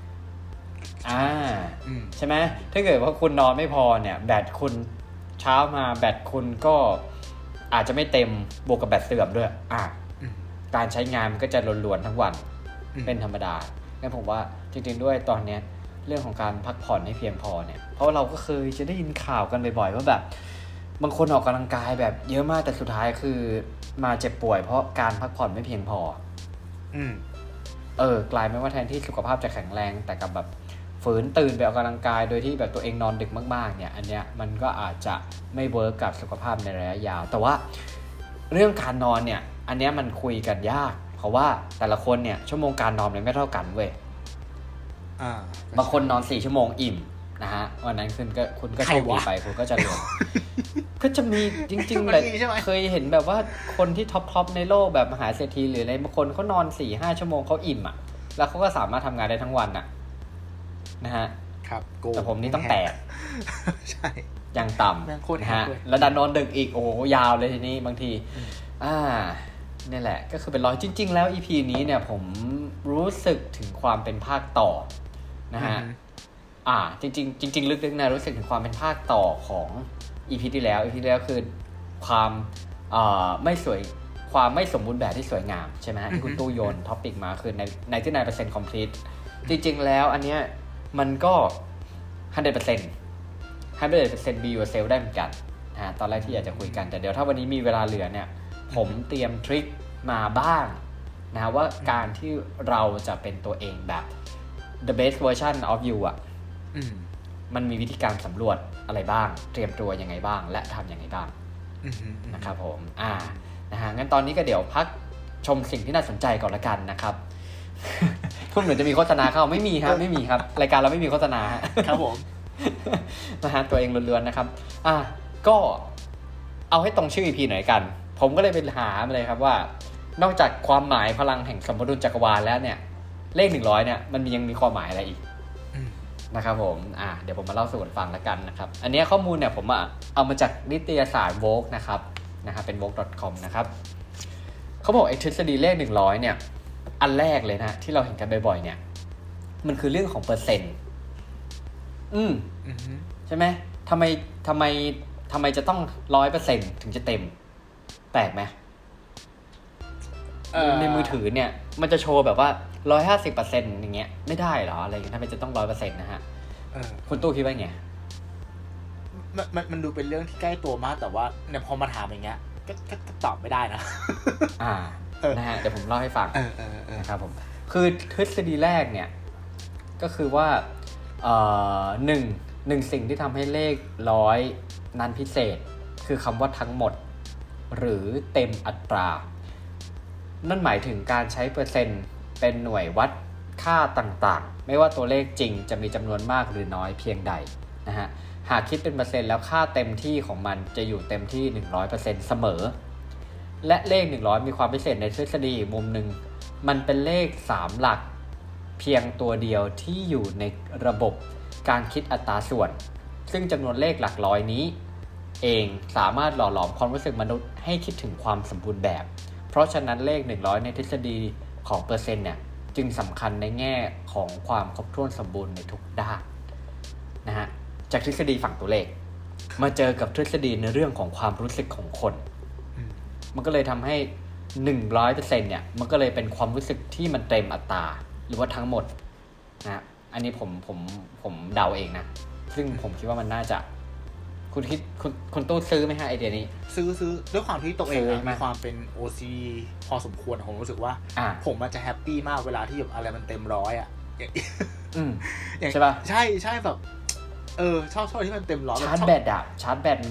ใช่ไหมถ้าเกิดว่าคุณนอนไม่พอเนี่ยแบตคุณเช้ามาแบตคุณก็อาจจะไม่เต็มบวกกับแบตเสื่อมด้วยการใช้งานมันก็จะล้วนๆทั้งวันเป็นธรรมดางั้นผมว่าจริงๆด้วยตอนนี้เรื่องของการพักผ่อนให้เพียงพอเนี่ยเพราะเราก็เคยจะได้ยินข่าวกันบ่อยๆว่าแบบบางคนออกกำลังกายแบบเยอะมากแต่สุดท้ายคือมาเจ็บป่วยเพราะการพักผ่อนไม่เพียงพอกลายเป็นว่าแทนที่สุขภาพจะแข็งแรงแต่กับแบบฝืนตื่นไปออกกำลังกายโดยที่แบบตัวเองนอนดึกมากๆเนี่ยอันเนี้ยมันก็อาจจะไม่เวิร์กกับสุขภาพในระยะยาวแต่ว่าเรื่องการนอนเนี่ยอันเนี้ยมันคุยกันยากเพราะว่าแต่ละคนเนี่ยชั่วโมงการนอนไม่เท่ากันเว้ยบางคนนอน4ชั่วโมงอิ่มนะฮะวันนั้นคุณก็โชคดีไปคุณก็จะรวยก็จะมีจริงๆเลยเคยเห็นแบบว่าคนที่ท็อปในโลกแบบมหาเศรษฐีหรืออะไรบางคนเขานอน 4-5 ชั่วโมงเขาอิ่มอ่ะแล้วเขาก็สามารถทำงานได้ทั้งวันอ่ะนะฮะครับแต่ผมนี่ต้องแตกใช่ยังต่ำนะฮะแล้วดันนอนดึกอีกโอ้โหยาวเลยทีนี้บางทีนี่แหละก็คือเป็นร้อยจริงๆแล้ว EP นี้เนี่ยผมรู้สึกถึงความเป็นภาคต่อนะฮะจริงๆลึกๆนะรู้สึกถึงความเป็นภาคต่อของ EP ที่แล้วคือความไม่สวยความไม่สมบูรณ์แบบที่สวยงามใช่ไหมฮะที่คุณตู้โยนท็อปิกมาคือในที่99% complete จริงๆแล้วอันเนี้ยมันก็ 100% be yourself ได้เหมือนกันนะตอนแรกที่อยากจะคุยกันแต่เดี๋ยวถ้าวันนี้มีเวลาเหลือเนี่ยผมเตรียมทริคมาบ้างนะว่าการที่เราจะเป็นตัวเองแบบ the best version of you อ่ะมันมีวิธีการสำรวจอะไรบ้างเตรียมตัวยังไงบ้างและทำยังไงบ้างนะครับผมนะฮะงั้นตอนนี้ก็เดี๋ยวพักชมสิ่งที่น่าสนใจก่อนละกันนะครับพูดเหมือนจะมีโฆษณาเข้าไม่มีครับรายการเราไม่มีโฆษณาครับผมนะฮะตัวเองล้วนๆนะครับก็เอาให้ตรงชื่อ EP หน่อยกันผมก็เลยไปหามาเลยครับว่านอกจากความหมายพลังแห่งสมดุลจักรวาลแล้วเนี่ยเลข100เนี่ยมันยังมีความหมายอะไรอีกนะครับผมเดี๋ยวผมมาเล่าสู่กันฟังแล้วกันนะครับอันนี้ข้อมูลเนี่ยผมเอามาจากนิตยสาร Vogue นะครับเป็น vogue.com นะครับเขาบอกไอ้ทฤษฎีเลข100เนี่ยอันแรกเลยนะที่เราเห็นกันบ่อยๆเนี่ยมันคือเรื่องของเปอร์เซ็นต์ใช่ไหมทำไมจะต้อง 100% ถึงจะเต็มแปลกไหมในมือถือเนี่ยมันจะโชว์แบบว่า 150% อย่างเงี้ยไม่ได้เหรออะไรอย่างเงี้ยทำไมจะต้อง 100% นะฮะคุณตู้คิดว่าไงมันดูเป็นเรื่องที่ใกล้ตัวมากแต่ว่าเนี่ยพอมาถามอย่างเงี้ยก็ตอบไม่ได้นะนะฮะเดี๋ยวผมเล่าให้ฟังนะครับผมคือทฤษฎีแรกเนี่ยก็คือว่าหนึ่งสิ่งที่ทำให้เลข100นั้นพิเศษคือคำว่าทั้งหมดหรือเต็มอัตรานั่นหมายถึงการใช้เปอร์เซ็นต์เป็นหน่วยวัดค่าต่างๆไม่ว่าตัวเลขจริงจะมีจำนวนมากหรือน้อยเพียงใดนะฮะหากคิดเป็นเปอร์เซ็นต์แล้วค่าเต็มที่ของมันจะอยู่เต็มที่ 100% เสมอและเลข100มีความพิเศษในทฤษฎีมุมหนึ่งมันเป็นเลข3หลักเพียงตัวเดียวที่อยู่ในระบบการคิดอัตราส่วนซึ่งจำนวนเลขหลักร้อยนี้เองสามารถหล่อหลอมความรู้สึกมนุษย์ให้คิดถึงความสมบูรณ์แบบเพราะฉะนั้นเลข100ในทฤษฎีของเปอร์เซ็นต์เนี่ยจึงสำคัญในแง่ของความครบถ้วนสมบูรณ์ในทุกด้านนะฮะจากทฤษฎีฝั่งตัวเลขมาเจอกับทฤษฎีในเรื่องของความรู้สึกของคนมันก็เลยทำให้ 100% เนี่ยมันก็เลยเป็นความรู้สึกที่มันเต็มอัตราหรือว่าทั้งหมดนะอันนี้ผมเดาเองนะซึ่งผมคิดว่ามันน่าจะคุณตู้ซื้อไหมฮะไอเดียนี้ซื้อด้วยความที่ตัวเองมีความเป็น OC พอสมควรผมรู้สึกว่าผมมันจะแฮปปี้มากเวลาที่แบบอะไรมันเต็มร้อยอ่ะใช่ป่ะใช่แบบชอบที่มันเต็มร้อยชาร์จแบตอ่ะชาร์จแบต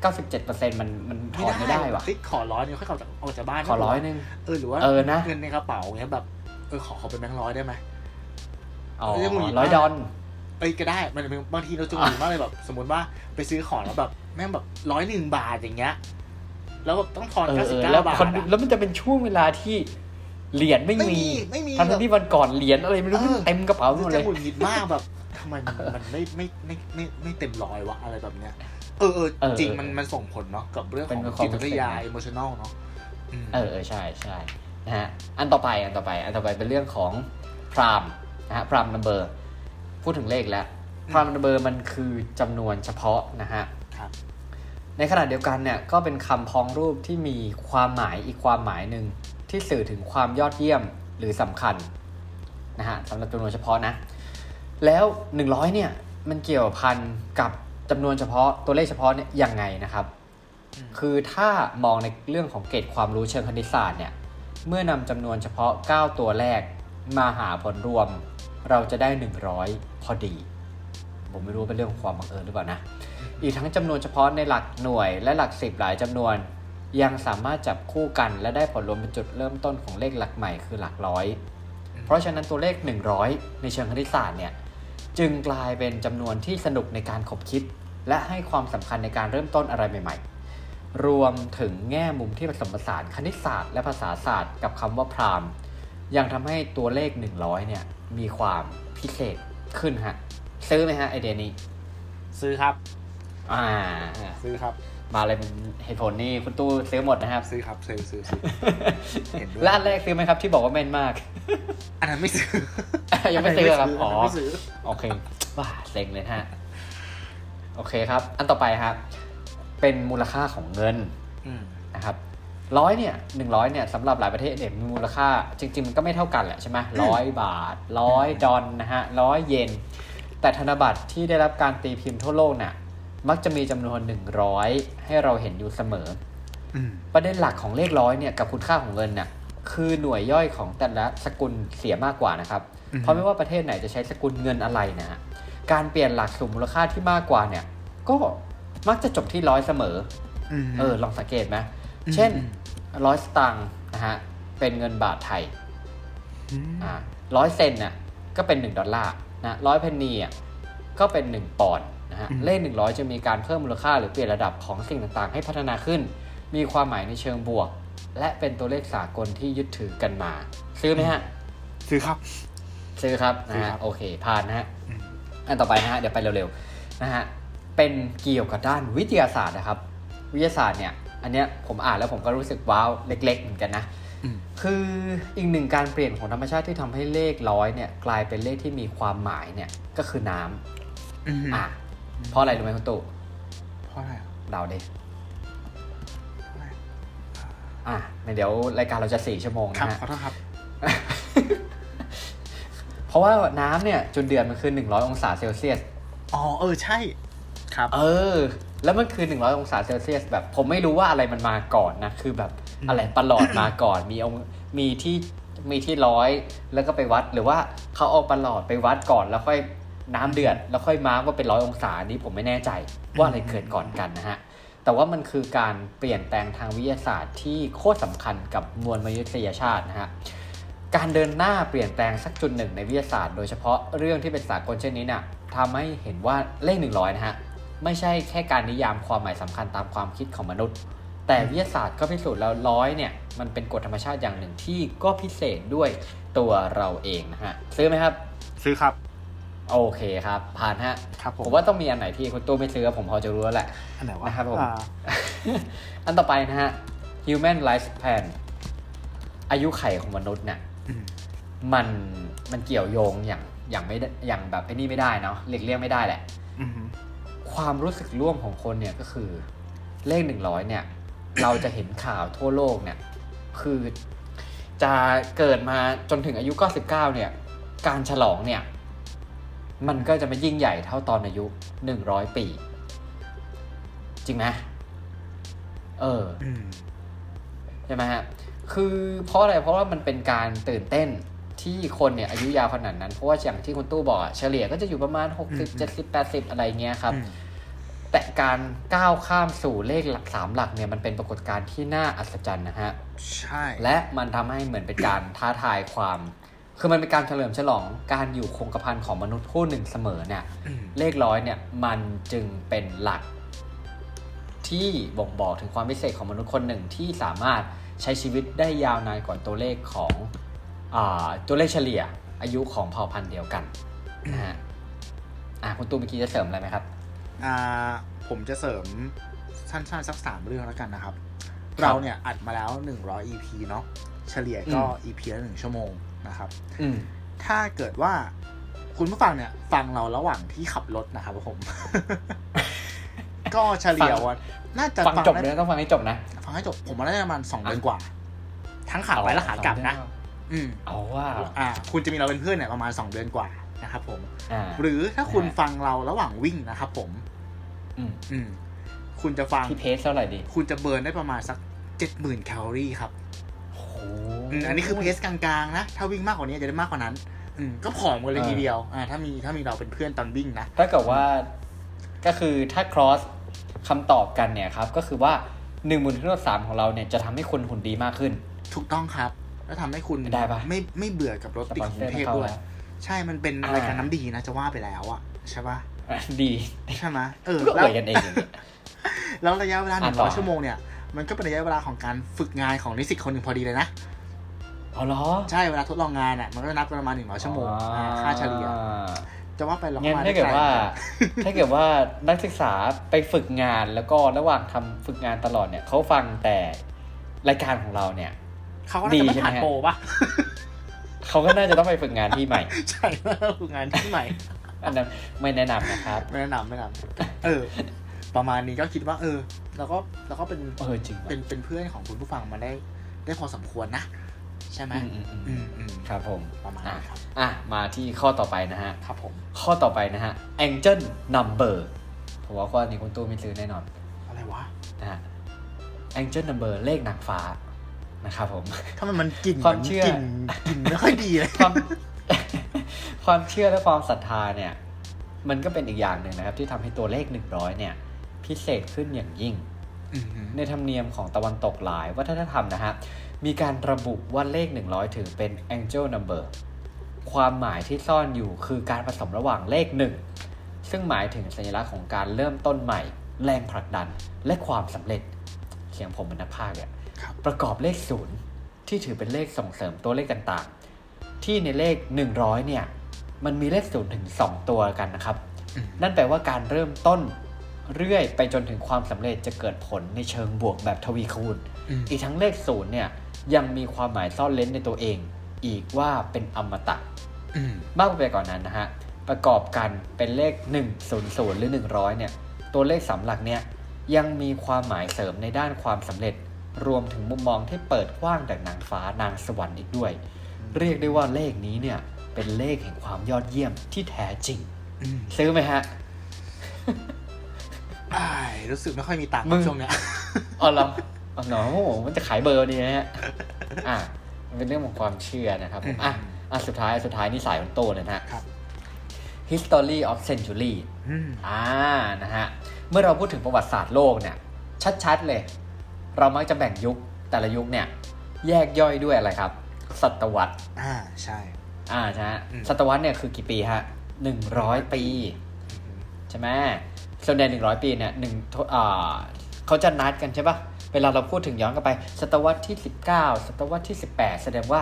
97% มันถอดไม่ได้ว่ะขอ100นึงค่อยออกจากบ้านขอ100นึงหรือว่าเงินในกระเป๋าเงี้ยแบบขอเป็นแบงค์100ได้ไหมอ๋อ$100 ก็ได้มันบางทีเราจุกหมากเลยแบบสมมติว่าไปซื้อของแล้วแบบแม่งแบบ101 บาทอย่างเงี้ยแล้วแบบต้องทอน99 บาทแล้วมันจะเป็นช่วงเวลาที่เหรียญไม่มีทั้งที่วันก่อนเหรียญอะไรไม่รู้เต็มกระเป๋าหมดเลยจะหงุดหงิดมากแบบทำไมมันไม่เต็มร้อยวะอะไรแบบเนี้ยจริงมันส่งผลเนาะกับเรื่องของจิตวิทยา emotional เนาะใช่นะฮะอันต่อไปเป็นเรื่องของพรามนะฮะพรามนัมเบอร์พูดถึงเลขแล้วพรามนัมเบอร์มันคือจำนวนเฉพาะนะฮะในขณะเดียวกันเนี่ยก็เป็นคำพ้องรูปที่มีความหมายอีกความหมายหนึ่งที่สื่อถึงความยอดเยี่ยมหรือสำคัญนะฮะสำหรับจำนวนเฉพาะนะแล้ว100เนี่ยมันเกี่ยวพันกับจำนวนเฉพาะตัวเลขเฉพาะเนี่ยยังไงนะครับคือถ้ามองในเรื่องของเกณฑ์ความรู้เชิงคณิตศาสตร์เนี่ยเมื่อนำจำนวนเฉพาะ9ตัวแรกมาหาผลรวมเราจะได้100พอดีผมไม่รู้เป็นเรื่องของความบังเอิญหรือเปล่านะอีกทั้งจำนวนเฉพาะในหลักหน่วยและหลัก10หลายจำนวนยังสามารถจับคู่กันและได้ผลรวมเป็นจุดเริ่มต้นของเลขหลักใหม่คือหลักร้อยเพราะฉะนั้นตัวเลข100ในเชิงคณิตศาสตร์เนี่ยจึงกลายเป็นจำนวนที่สนุกในการขบคิดและให้ความสำคัญในการเริ่มต้นอะไรใหม่ๆรวมถึงแง่มุมที่ผสมผสานคณิตศาสตร์และภาษาศาสตร์กับคำว่าพรามยังทำให้ตัวเลข100เนี่ยมีความพิเศษขึ้นฮะซื้อไหมฮะไอเดียนี้ซื้อครับซื้อครับมาเลยเหตุผลนี่คุณตู้ซื้อหมดนะครับซื้อครับซื้อเห็นด้วยร้านแรกซื้อไหมครับที่บอกว่าแม่นมากอันนั้นไม่ซื้อยังไม่ซื้อครับอ๋อโอเคว้าเซ็งเลยฮะโอเคครับอันต่อไปครับเป็นมูลค่าของเงินนะครับ100เนี่ย100เนี่ยสำหรับหลายประเทศเนี่ยมีมูลค่าจริงๆมันก็ไม่เท่ากันแหละใช่ไหม100 บาท100 ดอลนะฮะ100 เยนแต่ธนบัตรที่ได้รับการตีพิมพ์ทั่วโลกเนี่ยมักจะมีจำนวน100ให้เราเห็นอยู่เสมอประเด็นหลักของเลข100เนี่ยกับคุณค่าของเงินเนี่ยคือหน่วยย่อยของแต่ละสกุลเสียมากกว่านะครับเพราะไม่ว่าประเทศไหนจะใช้สกุลเงินอะไรนะฮะการเปลี่ยนหลักสู่มูลค่าที่มากกว่าเนี่ยก็มักจะจบที่100เสมอลองสังเกตไหมเช่น100 สตางค์นะฮะเป็นเงินบาทไทย100 เซนต์น่ะก็เป็น1 ดอลลาร์นะ100 เพนนีอ่ะก็เป็น1 ปอนด์นะฮะเลข100จะมีการเพิ่มมูลค่าหรือเปลี่ยนระดับของสิ่งต่างๆให้พัฒนาขึ้นมีความหมายในเชิงบวกและเป็นตัวเลขสากลที่ยึดถือกันมาซื้อไหมฮะซื้อครับนะฮะโอเคผ่านนะฮะอันต่อไปนะฮะเดี๋ยวไปเร็วๆนะฮะเป็นเกี่ยวกับด้านวิทยาศาสตร์นะครับวิทยาศาสตร์เนี่ยอันเนี้ยผมอ่านแล้วผมก็รู้สึกว้าวเล็กๆเหมือนกันนะคืออีกหนึ่งการเปลี่ยนของธรรมชาติที่ทำให้เลข100เนี่ยกลายเป็นเลขที่มีความหมายเนี่ยก็คือน้ำเพราะอะไรรู้ไหมคุณตู่เพราะอะไรเดาดิเดี๋ยวรายการเราจะ4 ชั่วโมงนะฮะขอโทษครับเพราะว่าน้ำเนี่ยจุดเดือดมันคือ100 องศาเซลเซียสใช่ครับแล้วมันคือ100 องศาเซลเซียสแบบผมไม่รู้ว่าอะไรมันมาก่อนนะคือแบบอะไรประหลอดมาก่อนมีที่100แล้วก็ไปวัดหรือว่าเขาเอาประหลอดไปวัดก่อนแล้วค่อยน้ำเดือดแล้วค่อยมาร์กว่าเป็น100 องศานี้ผมไม่แน่ใจว่าอะไรเกิดก่อนกันนะฮะแต่ว่ามันคือการเปลี่ยนแปลงทางวิทยาศาสตร์ที่โคตรสำคัญกับมวลมนุษยชาตินะฮะการเดินหน้าเปลี่ยนแปลงสักจุดหนึ่งในวิทยาศาสตร์โดยเฉพาะเรื่องที่เป็นสากลเช่นนี้เนี่ยทำให้เห็นว่าเลข100นะฮะไม่ใช่แค่การนิยามความหมายสำคัญตามความคิดของมนุษย์แต่วิทยาศาสตร์ก็พิสูจน์แล้ว100เนี่ยมันเป็นกฎธรรมชาติอย่างหนึ่งที่ก็พิเศษด้วยตตัวเราเองนะฮะซื้อไหมครับซื้อครับโอเคครับผ่านฮะผมว่าต้องมีอันไหนที่คุณตู้ไม่ซื้อผมพอจะรู้แล้วแหละอันไหนวะนะครับผม อันต่อไปนะฮะ human lifespan อายุไขของมนุษย์เนี่ยมันเกี่ยวโยงอย่างไม่อย่างแบบไอ้นี่ไม่ได้เนาะเลี่ยงไม่ได้แหละความรู้สึกร่วมของคนเนี่ยก็คือเลข100เนี่ย เราจะเห็นข่าวทั่วโลกเนี่ยคือจะเกิดมาจนถึงอายุ99เนี่ยการฉลองเนี่ยมันก็จะไม่ยิ่งใหญ่เท่าตอนอายุ100ปีจริงไหมใช่ไหมฮะคือเพราะอะไรเพราะว่ามันเป็นการตื่นเต้นที่คนเนี่ยอายุยาวขนาดนั้นเพราะว่าอย่างที่คุณตู้บอกเฉลี่ยก็จะอยู่ประมาณ60 70 80อะไรเงี้ยครับแต่การก้าวข้ามสู่เลขหลัก3หลักเนี่ยมันเป็นปรากฏการณ์ที่น่าอัศจรรย์นะฮะใช่และมันทำให้เหมือนเป็นการท้าทายความคือมันเป็นการเฉลิมฉลองการอยู่คงกระพันของมนุษย์ผู้หนึ่งเสมอเนี่ยเลข100เนี่ยมันจึงเป็นหลักที่บ่งบอกถึงความพิเศษของมนุษย์คนหนึ่งที่สามารถใช้ชีวิตได้ยาวนานกว่าตัวเลขของตัวเลขเฉลี่ยอายุของเผ่าพันธุ์เดียวกันนะฮะคุณตู้เมื่อกี้จะเสริมอะไรไหมครับผมจะเสริมสั้นๆสัก3เรื่องแล้วกันนะครับเราเนี่ยอัดมาแล้ว100 EP เนาะเฉลี่ยก็ EP ละ1ชั่วโมงนะครับถ้าเกิดว่าคุณผู้ฟังเนี่ยฟังเราระหว่างที่ขับรถนะครับผม ก็เฉลี่ยว่าน่าจะฟังจบเลยต้องฟังให้จบนะฟังให้จบผมว่าน่าจะประมาณ2เดือนกว่าทั้งขาไปและขากลับนะเอาว่าคุณจะมีเราเป็นเพื่อนเนี่ยประมาณ2เดือนกว่านะครับผมหรือถ้าคุณฟังเราระหว่างวิ่งนะครับผมคุณจะฟังที่เพสเท่าไหร่ดีคุณจะเบิร์นได้ประมาณสัก 70,000 แคลอรี่ครับอันนี้คือเพสกลางๆนะถ้าวิ่งมากกว่านี้จะได้มากกว่านั้นก็ผอมกันเลยทีเดียวถ้ามีเราเป็นเพื่อนตอนวิ่งนะถ้าเกิดว่าก็คือถ้า cross คำตอบกันเนี่ยครับก็คือว่า1/3ของเราเนี่ยจะทำให้คุณหุ่นดีมากขึ้นถูกต้องครับแล้วทำให้คุณได้ปะไม่เบื่อกับรถติดกรุงเทพด้วยใช่มันเป็นรายการน้ำดีนะจะว่าไปแล้วอ่ะใช่ป่ะดีใช่ไหมแล้วกันเองแล้วระยะเวลา100ชั่วโมงเนี่ยมันก็เป็นระยะเวลาของการฝึกงานของนิสิตคนหนึ่งพอดีเลยนะอ๋อเหรอใช่เวลาทดลองงานอ่ะมันก็นับประมาณ100ชั่วโมงค่าเฉลี่ยจะว่าไปเรามาถ้าเกิดว่านักศึกษาไปฝึกงานแล้วก็ระหว่างทำฝึกงานตลอดเนี่ยเขาฟังแต่รายการของเราเนี่ยเขาก็น่าจะไม่ผ่านโปรป่ะเขาก็น่าจะต้องไปฝึกงานที่ใหม่ใช่ฝึกงานที่ใหม่อันนั้นไม่แนะนำนะครับไม่แนะนำประมาณนี้ก็คิดว่าเราก็เป็นจริงเป็นเพื่อนของคุณผู้ฟังมาได้พอสมควรนะใช่ไหมครับผมประมาณนี้ครับมาที่ข้อต่อไปนะฮะครับผมข้อต่อไปนะฮะ Angel Number ผมว่าข้อนี้คุณตู้ไม่ซื้อแน่นอนอะไรวะนะฮะ Angel Number เลขนางฟ้านะครับผมถ้ามันกลิ่นความเชื่อกลิ่นไม่ค่อยดีเลยความเชื่อและความศรัทธาเนี่ยมันก็เป็นอีกอย่างหนึ่งนะครับที่ทำให้ตัวเลข100เนี่ยพิเศษขึ้นอย่างยิ่งในธรรมเนียมของตะวันตกหลายวัฒนธรรมนะฮะมีการระบุว่าเลข100ถือเป็น Angel Number ความหมายที่ซ่อนอยู่คือการผสมระหว่างเลข1ซึ่งหมายถึงสัญลักษณ์ของการเริ่มต้นใหม่แรงผลักดันและความสำเร็จเสียงผมเป็นนักพากย์เนี่ยประกอบเลข0ที่ถือเป็นเลขส่งเสริมตัวเลขต่างๆที่ในเลข100เนี่ยมันมีเลข0ถึง2ตัวกันนะครับนั่นแปลว่าการเริ่มต้นเรื่อยไปจนถึงความสำเร็จจะเกิดผลในเชิงบวกแบบทวีคูณอีกทั้งเลข0เนี่ยยังมีความหมายซ่อนเร้นในตัวเองอีกว่าเป็นอมตะมากไปกว่านั้นนะฮะประกอบกันเป็นเลข100หรือ100เนี่ยตัวเลข3หลักเนี่ยยังมีความหมายเสริมในด้านความสำเร็จรวมถึงมุมมองที่เปิดกว้างดังนางฟ้านางสวรรค์อีกด้วยเรียกได้ว่าเลขนี้เนี่ยเป็นเลขแห่งความยอดเยี่ยมที่แท้จริงซื้อไหมฮะรู้สึกไม่ค่อยมีตังค์ช่วงเนี้ยเหรอมันจะขายเบอร์นี่นะฮะมันเป็นเรื่องของความเชื่อนะครับผมสุดท้ายนี่สายมันโตเลยนะฮะ History of Century นะฮะเมื่อเราพูดถึงประวัติศาสตร์โลกเนี่ยชัดๆเลยเรามักจะแบ่งยุคแต่ละยุคเนี่ยแยกย่อยด้วยอะไรครับศตวรรษใช่ใช่ศตวรรษเนี่ยคือกี่ปีฮะ100ปีใช่ไหมส่วนใหญ่100ปีเนี่ยเขาจะนัดกันใช่ป่ะเวลาเราพูดถึงย้อนกลับไปศตวรรษที่19ศตวรรษที่18แสดงว่า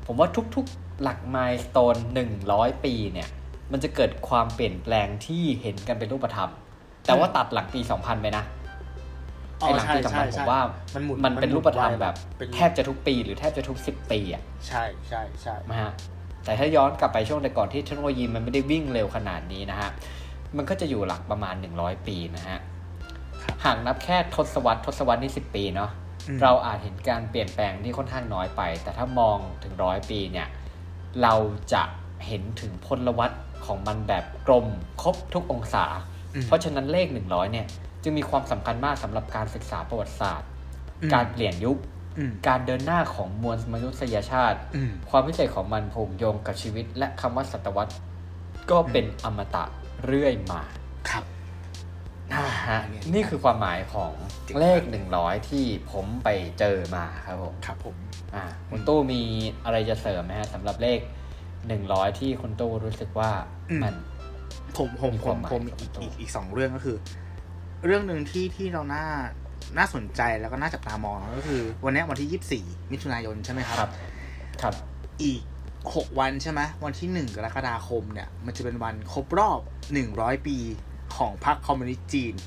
ผมว่าทุกๆหลักไมล์สโตน100 ปีเนี่ยมันจะเกิดความเปลี่ยนแปลงที่เห็นกันเป็นรูปธรรมแต่ว่าตัดหลังปี 2000 ไปนะไอ้หลังปี 2000 ผมว่ามันเป็นรูปธรรมแบบแทบจะทุกปีหรือแทบจะทุก10 ปีอ่ะใช่นะฮะแต่ถ้าย้อนกลับไปช่วงแต่ก่อนที่เทคโนโลยีมันไม่ได้วิ่งเร็วขนาดนี้นะฮะมันก็จะอยู่หลักประมาณ100 ปีนะฮะหากนับแค่ทศวรรษนี่10 ปีเนาะเราอาจเห็นการเปลี่ยนแปลงที่ค่อนข้างน้อยไปแต่ถ้ามองถึง100 ปีเนี่ยเราจะเห็นถึงพลวัตของมันแบบกลมครบทุกองศาเพราะฉะนั้นเลข100เนี่ยจึงมีความสำคัญมากสำหรับการศึกษาประวัติศาสตร์การเปลี่ยนยุคการเดินหน้าของมวลมนุษยชาติความพิเศษของมันผูกโยงกับชีวิตและคำว่าศตวรรษก็เป็นอมตะเรื่อยมาครับนี่คือความหมายของเลข100ที่ผมไปเจอมาครับผมครับผมคุณตู้มีอะไรจะเสริมไหมฮะสำหรับเลข100ที่คุณตู้รู้สึกว่ามันผมอีก2เรื่องก็คือเรื่องนึงที่เราน่าสนใจแล้วก็น่าจับตามองก็คือวันนี้วันที่24มิถุนายนใช่ไหมครับครับอีก6วันใช่ไหมวันที่1กรกฎาคมเนี่ยมันจะเป็นวันครบรอบ100ปีของพรรคคอมมิวนิสต์จีน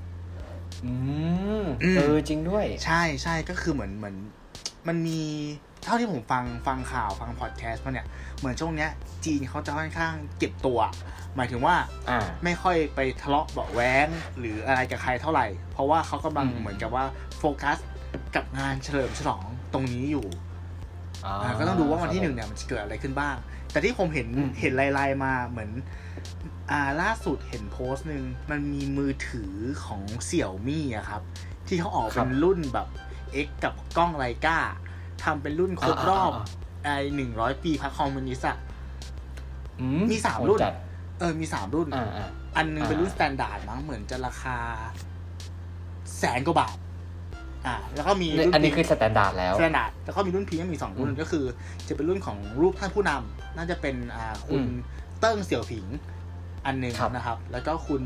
จริงด้วยใช่ก็คือเหมือนมันมีเท่าที่ผมฟังข่าวฟังพอดแคสต์มาเนี่ยเหมือนช่วงเนี้ยจีนเขาจะค่อนข้างเก็บตัวหมายถึงว่าไม่ค่อยไปทะเลาะเบาะแว้งหรืออะไรกับใครเท่าไหร่เพราะว่าเขากำลังเหมือนกับว่าโฟกัสกับงานเฉลิมฉลองตรงนี้อยู่ก็ต้องดูว่าวันที่1เนี่ยมันจะเกิดอะไรขึ้นบ้างแต่ที่ผมเห็นไลน์มาเหมือนล่าสุดเห็นโพสต์นึงมันมีมือถือของเสี่ยวมี่อะครับที่เขาออกเป็นรุ่นแบบ X กับกล้องไลกาทำเป็นรุ่นครบรอบ100 ปีพรรคคอมมิวนิสต์อ่ะมี3รุ่นมี3รุ่นอันนึงเป็นรุ่นสแตนดาร์ดมั้งเหมือนจะราคา100,000 กว่าบาทแล้วก็มีอันนี้คือสแตนดาร์ดแล้วสแตนดาร์ดแล้วก็มีรุ่นพรีเมียมอีก2รุ่นก็คือจะเป็นรุ่นของรูปท่านผู้นำน่าจะเป็นคุณเติ้งเสี่ยวผิงอันนึงนะครับแล้วก็คุณ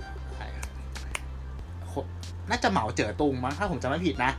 น่าจะเหมาเจ๋อตุงมั้งถ้าผมจำไม่ผิดนะ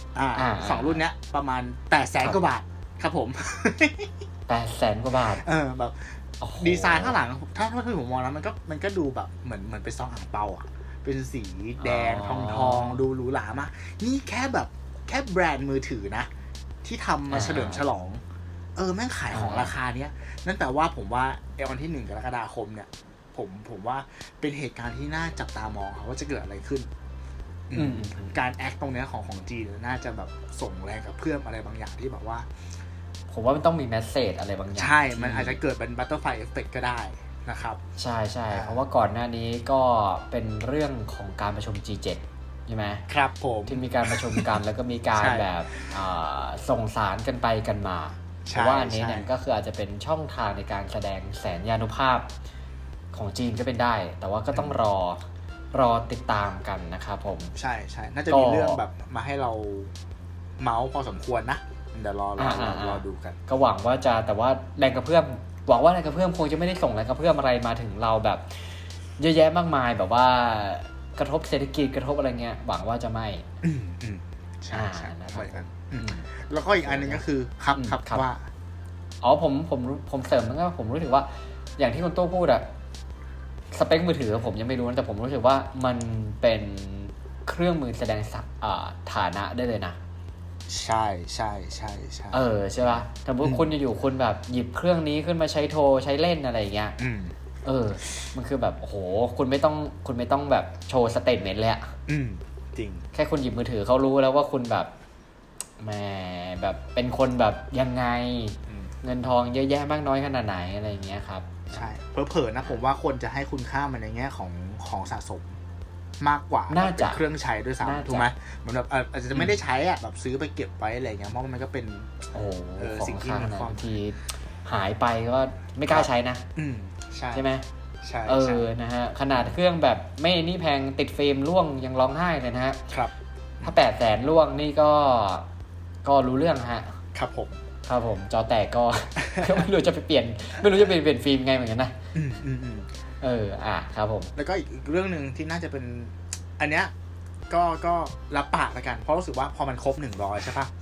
2รุ่นเนี้ยประมาณ800,000 กว่าบาทครับผม 800,000 กว่าบาทแบบดีไซน์ข้างหลังถ้าผมมองแล้วมันก็ดูแบบเหมือนเป็นซองอ่างเปาอ่ะเป็นสีแดงทองดูหรูหรามากนี่แค่แบรนด์มือถือนะที่ทำมาเฉลิมฉลองแม่งขายของราคาเนี้ยนั่นแปลว่าผมว่าวันที่1 กรกฎาคมเนี่ยผมว่าเป็นเหตุการณ์ที่น่าจับตามองครับว่าจะเกิดอะไรขึ้นการแอคตรงนี้ของจีนน่าจะแบบส่งแรงกับเพื่อนอะไรบางอย่างที่แบบว่าผมว่ามันต้องมีแมสเสจอะไรบางอย่างใช่มันอาจจะเกิดเป็นบัตเตอร์ไฟเอฟเฟคก็ได้นะครับใช่เพราะว่าก่อนหน้านี้ก็เป็นเรื่องของการประชุม G7 ใช่ไหมครับผมที่มีการประชุมกัน แล้วก็มีการแบบส่งสารกันไปกันมาเพราะว่าอันนี้เนี่ยก็คืออาจจะเป็นช่องทางในการแสดงแสนยานุภาพของจีนก็เป็นได้แต่ว่าก็ต้องรอติดตามกันนะครับผมใช่น่าจะมีเรื่องแบบมาให้เราเมาส์พอสมควรนะเดี๋ยวรอดูกันก็หวังว่าจะแต่ว่าแรงกระเพื่อมหวังว่าแรงกระเพื่อมคงจะไม่ได้ส่งแรงกระเพื่อมอะไรมาถึงเราแบบเยอะแยะมากมายแบบว่ากระทบเศรษฐกิจกระทบอะไรเงี้ยหวังว่าจะไม่ใช่นะครับแล้วก็อีกอันนึงก็คือครับว่าผมเสริมแล้วก็ผมรู้สึกว่าอย่างที่คุณตู้พูดอะสเปคมือถือผมยังไม่รู้นะแต่ผมรู้สึกว่ามันเป็นเครื่องมือแสดงฐานะได้เลยนะใช่ใช่ป่ะสมมติคุณอยู่คุณแบบหยิบเครื่องนี้ขึ้นมาใช้โทรใช้เล่นอะไรอย่างเงี้ยมันคือแบบโอ้โหคุณไม่ต้องแบบโชว์สเตทเมนต์เลยอะจริงแค่คุณหยิบมือถือเขารู้แล้วว่าคุณแบบแหมแบบเป็นคนแบบยังไงเงินทองเยอะแยะมากน้อยขนาดไหนอะไรอย่างเงี้ยครับใช่เผลอๆนะผมว่าคนจะให้คุณค่ามันในแง่ของสะสมมากกว่าเป็นเครื่องใช้ด้วยซ้ำถูกไหมเหมือนแบบอาจจะไม่ได้ใช้อ่ะแบบซื้อไปเก็บไว้อะไรเงี้ยเพราะมันก็เป็นสิ่งที่มีความทีหายไปก็ไม่กล้าใช้นะใช่ไหมใช่นะฮะขนาดเครื่องแบบไม่นี่แพงติดฟิล์มร่วงยังร้องไห้เลยนะฮะครับถ้า800,000ร่วงนี่ก็รู้เรื่องฮะครับผมจอแตกก็ไม่รู้จะไปเปลี่ยนฟิล์มไงเหมือนกันนะครับผมแล้วก็อีกเรื่องนึงที่น่าจะเป็นอันเนี้ยก็รับปากละกันเพราะรู้สึกว่าพอมันครบ100ใช่ปะ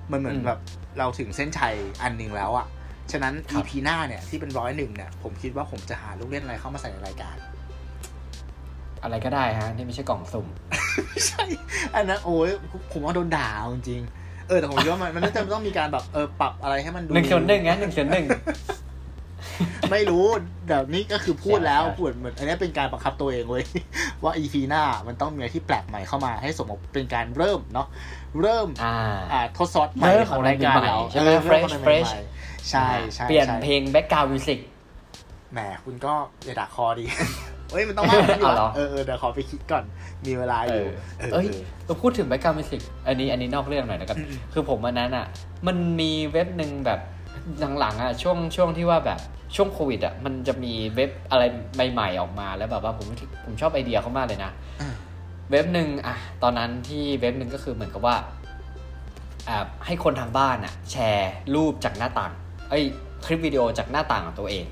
มันเหมือนแบบเราถึงเส้นชัยอันนึงแล้วอ่ะฉะนั้น EP หน้าเนี่ยที่เป็น101เนี่ยผมคิดว่าผมจะหาลูกเล่นอะไรเข้ามาใส่ในรายการอะไรก็ได้ฮะที่ไม่ใช่กล่องสุ่มไม่ใช่อันนั้นโอ้ยผมว่าโดนด่าจริงแต่ผมคิดว่ามันน่าจะต้องมีการแบบปรับอะไรให้มันดู 101นะ101 ไม่รู้แต่นี่ก็คือพูดแล้วพูดเหมือนอันนี้เป็นการบังคับตัวเองเว้ยว่า EP หน้ามันต้องมีอะไรที่แปลกใหม่เข้ามาให้สมกับเป็นการเริ่มเนาะเริ่มทดสอบใหม่ของรายการเราใช่ไหม fresh ใช่ใช่เปลี่ยนเพลง background music แหมคุณก็อย่าด่าคอดีเฮ้ยมันต้องว่าอยู่เดี๋ยวขอไปคิดก่อนมีเวลาอยู่เราพูดถึง background music อันนี้นอกเรื่องหน่อยนะครับคือผมวันนั้นอ่ะมันมีเว็บนึงแบบหลังๆอ่ะช่วงที่ว่าแบบช่วงโควิดอ่ะมันจะมีเว็บอะไรใหม่ๆออกมาแล้วแบบว่าผมชอบไอเดียเขามากเลยนะเว็บนึงอ่ะตอนนั้นที่เว็บนึงก็คือเหมือนกับว่าให้คนทางบ้านอ่ะแชร์รูปจากหน้าต่างคลิปวิดีโอจากหน้าต่างของตัวเอง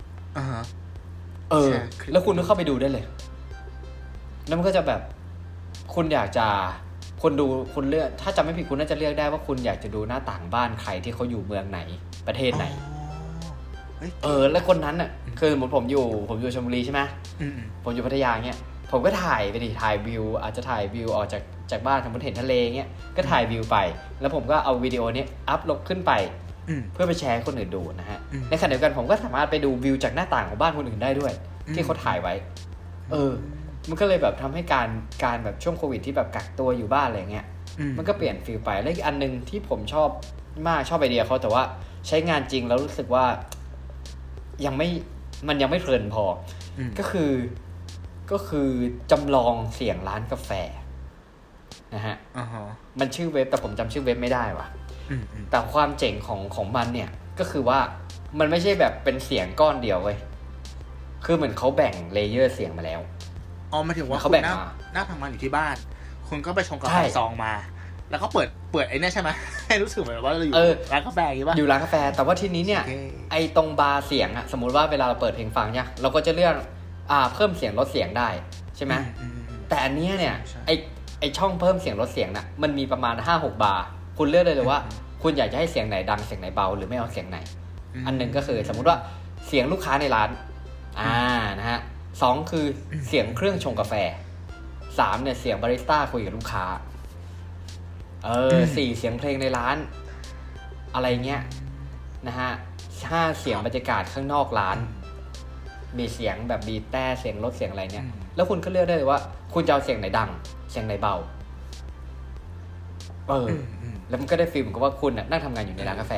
แล้วคุณก็เข้าไปดูได้เลยแล้วมันก็จะแบบคุณอยากจะคนดูคุณเลือกถ้าจำไม่ผิดคุณน่าจะเลือกได้ว่าคุณอยากจะดูหน้าต่างบ้านใครที่เขาอยู่เมืองไหนประเทศไหนแล้วคนนั้นอ่ะคือผมอยู่ชลบุรีใช่ไหมผมอยู่พัทยาเงี้ยผมก็ถ่ายวิวอาจจะถ่ายวิวออกจากบ้านผมเห็นทะเลเงี้ยก็ถ่ายวิวไปแล้วผมก็เอาวิดีโอนี้อัพลงขึ้นไปเพื่อไปแชร์ให้คนอื่นดูนะฮะในขณะเดียวกันผมก็สามารถไปดูวิวจากหน้าต่างของบ้านคนอื่นได้ด้วยที่เขาถ่ายไว้มันก็เลยแบบทำให้การแบบช่วงโควิดที่แบบกักตัวอยู่บ้านอะไรเงี้ยมันก็เปลี่ยนฟีลไปแล้วอีกอันนึงที่ผมชอบมากชอบไอเดียเขาแต่ว่าใช้งานจริงแล้วรู้สึกว่ามันยังไม่เพลินพอก็คือจำลองเสียงร้านกาแฟนะฮะมันชื่อเว็บแต่ผมจำชื่อเว็บไม่ได้ว่ะแต่ความเจ๋งของมันเนี่ยก็คือว่ามันไม่ใช่แบบเป็นเสียงก้อนเดียวเว้ยคือเหมือนเขาแบ่งเลเยอร์เสียงมาแล้วหมายถึงว่าคุณนั่งทำงานอยู่ที่บ้านคุณก็ไปชงกาแฟซองมาแล้วก็เปิดไอ้นี่ใช่ไหมให้รู้สึกเหมือนว่าเราอยู่ร้านกาแฟอยู่ป่ะอยู่ร้านกาแฟแต่ว่าทีนี้เนี่ยไอ้ตรงบาร์เสียงอะสมมุติว่าเวลาเราเปิดเพลงฟังเนี่ยเราก็จะเลือกเพิ่มเสียงลดเสียงได้ใช่ไหมแต่อันนี้เนี่ยไอ้ช่องเพิ่มเสียงลดเสียงน่ะมันมีประมาณ 5-6 บาร์คุณเลือกได้เลยว่าคุณอยากจะให้เสียงไหนดังเสียงไหนเบาหรือไม่เอาเสียงไหนอันนึงก็คือสมมุติว่าเสียงลูกค้าในร้านนะฮะ2คือเสียงเครื่องชงกาแฟ3เนี่ยเสียงบาริสต้าคุยกับลูกค้า4เสียงเพลงในร้านอะไรเงี้ยนะฮะ5เสียงบรรยากาศข้างนอกร้านมีเสียงแบบบีบแต่เสียงลดเสียงอะไรเงี้ยแล้วคุณก็เลือกได้เลยว่าคุณจะเอาเสียงไหนดังเสียงไหนเบาแล้วมันก็ได้ฟีลเหมือนกับว่าคุณนั่งทำงานอยู่ในร้านกาแฟ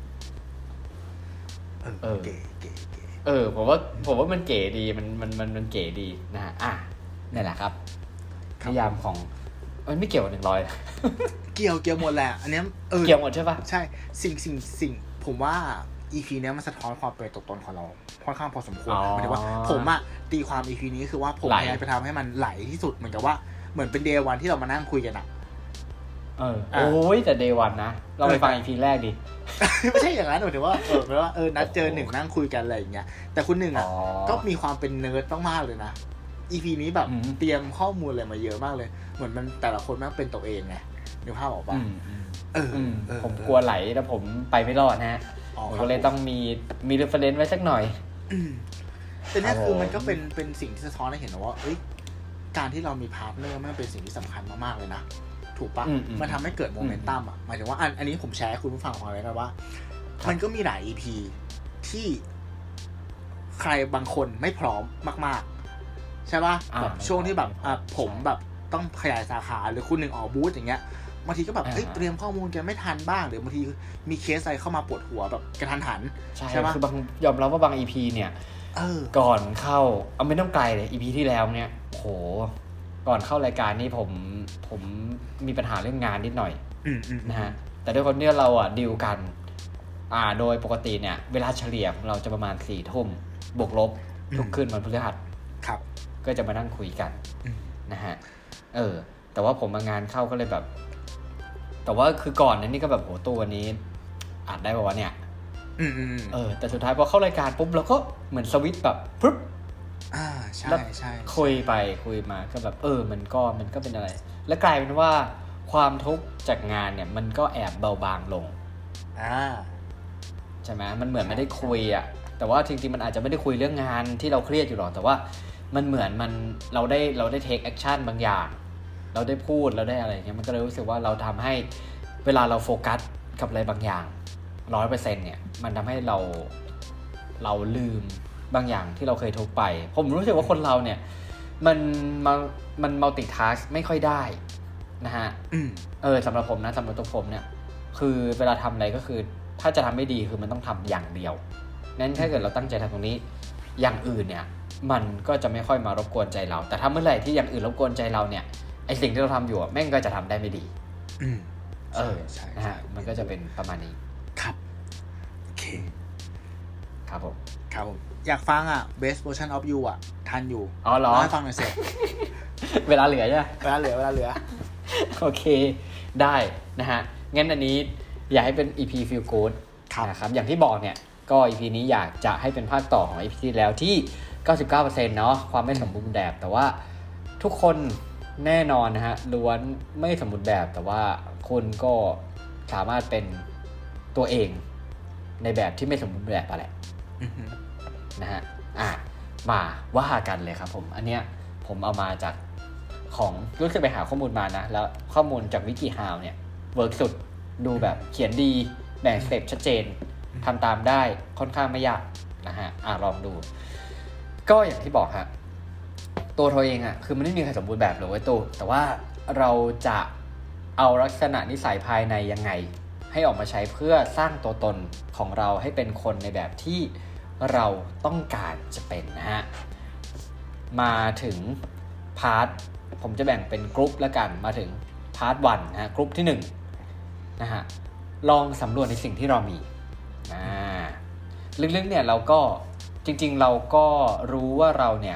ผมว่ามันเก๋ดีมันเก๋ดีนะฮะนี่แหละครับนิยามของมันไม่เกี่ยวกับ100 เกี่ยวหมดแหละอันนี้เกี่ยวหมดใช่ป่ะใช่สิ่งผมว่า EP เนี้ยมันสะท้อนความเป็นตัวตนของเราค่อนข้างพอสมควรหมายถึงว่าผมตีความ EP นี้คือว่าผมพยายามไปทำให้มันไหลที่สุดเหมือนกับว่าเหมือนเป็น Day 1ที่เรามานั่งคุยกันโอ้ยแต่ Day 1นะเราไปฟัง EP แรกดิไม่ใช่อย่างนั้นหมายถึงว่าแปลว่านัดเจอหนึ่งนั่งคุยกันอะไรอย่างเงี้ยแต่คุณหนึ่งก็มีความเป็นเนิร์ดมากๆเลยนะ EP นี้แบบเตรียมข้อมูลอะไรมาเยอะมากเลยเหมือนมันแต่ละคนแม่งเป็นตัวเองไงนึกภาพออกป่ะผมกลัวไหลแล้วผมไปไม่รอดนะฮะผมก็เลยต้องมี reference ไว้สักหน่อยแต่นี่คือมันก็เป็นสิ่งที่สะท้อนให้เห็นว่าการที่เรามีพาร์ทเนอร์มันเป็นสิ่งที่สำคัญมากๆเลยนะถูกปะมันทำให้เกิดโมเมนตัมหมายถึงว่าอันนี้ผมแชร์ให้คุณผู้ฟังฟังเลยนะว่ามันก็มีหลาย EP ที่ใครบางคนไม่พร้อมมากๆใช่ป่ะแบบช่วงที่แบบผมแบบต้องขยายสาขาหรือคุณหนึ่งออกบูธอย่างเงี้ยบางทีก็แบบเตรียมข้อมูลกันไม่ทันบ้างหรือบางทีมีเคสอะไรเข้ามาปวดหัวแบบกระทันหันใช่ป่ะคือบางยอมรับว่าบาง EP เนี่ยก่อนเข้าไม่ต้องไกลเลย EP ที่แล้วเนี่ยโหก่อนเข้ารายการนี่ผมมีปัญหาเรื่องงานนิดหน่อยนะฮะแต่ด้วยคนเนี่ยเราดีลกันโดยปกติเนี่ยเวลาเฉลี่ยของเราจะประมาณ 4 ทุ่มบวกลบทุกคืนวันพฤหัสครับก็จะมานั่งคุยกันนะฮะแต่ว่าผมมางานเข้าก็เลยแบบแต่ว่าคือก่อนนั้นนี่ก็แบบโหตัวนี้อัดได้ป่าววะเนี่ยแต่สุดท้ายพอเข้ารายการปุ๊บเราก็เหมือนสวิตช์แบบปึ๊บใช่คุยไปคุยมาก็แบบมันก็เป็นอะไรแล้วกลายเป็นว่าความทุกข์จากงานเนี่ยมันก็แอบเบาบางลงใช่ไหมมันเหมือนไม่ได้คุยอ่ะแต่ว่าจริงๆมันอาจจะไม่ได้คุยเรื่องงานที่เราเครียดอยู่หรอกแต่ว่ามันเหมือนเราได้เทคแอคชั่นบางอย่างเราได้พูดเราได้อะไรเงี้ยมันก็เลยรู้สึกว่าเราทำให้เวลาเราโฟกัสกับอะไรบางอย่าง 100% เนี่ยมันทำให้เราลืมบางอย่างที่เราเคยทุกไปผมรู้สึกว่าคนเราเนี่ยมันมัลติทาสก์ไม่ค่อยได้นะฮะสำหรับผมนะสำหรับตัวผมเนี่ยคือเวลาทำอะไรก็คือถ้าจะทำไม่ดีคือมันต้องทำอย่างเดียวนั้นถ้าเกิดเราตั้งใจทำตรงนี้อย่างอื่นเนี่ยมันก็จะไม่ค่อยมารบกวนใจเราแต่ถ้าเมื่อไหร่ที่อย่างอื่นรบกวนใจเราเนี่ยไอสิ่งที่เราทำอยู่แม่งก็จะทำได้ไม่ดีใช่นะฮะมันก็จะเป็นประมาณนี้ครับโอเคครับผมอยากฟังbest version of you ทันอยู่เหรอให้ฟังหน่อยสิเวลาเหลือใช่ไหมเวลาเหลือโอเคได้นะฮะงั้นอันนี้อยากให้เป็น EP feel good นะครับอย่างที่บอกเนี่ยก็ EP นี้อยากจะให้เป็นภาคต่อของ EP ที่แล้วที่ 99% เนาะความไม่สมบูรณ์แบบแต่ว่าทุกคนแน่นอนนะฮะล้วนไม่สมบูรณ์แบบแต่ว่าคุณก็สามารถเป็นตัวเองในแบบที่ไม่สมบูรณ์แบบแหละนะฮะมาว่ากันเลยครับผมอันเนี้ยผมเอามาจากของรู้สึกไปหาข้อมูลมานะแล้วข้อมูลจากวิกิฮาวเนี่ยเวิร์กสุดดูแบบเขียนดีแบ่งสเต็ปชัดเจนทำตามได้ค่อนข้างไม่ยากนะฮะลองดูก็อย่างที่บอกฮะตัวเราเองคือมันไม่มีใครสมบูรณ์แบบหรอกไว้ตัวแต่ว่าเราจะเอาลักษณะนิสัยภายในยังไงให้ออกมาใช้เพื่อสร้างตัวตนของเราให้เป็นคนในแบบที่เราต้องการจะเป็นนะฮะมาถึงพาร์ทผมจะแบ่งเป็นกรุ๊ปแล้วกันมาถึงพาร์ท1นะฮะกรุ๊ปที่1นะฮะลองสำรวจในสิ่งที่เรามีลึกๆเนี่ยเราก็จริงๆเราก็รู้ว่าเราเนี่ย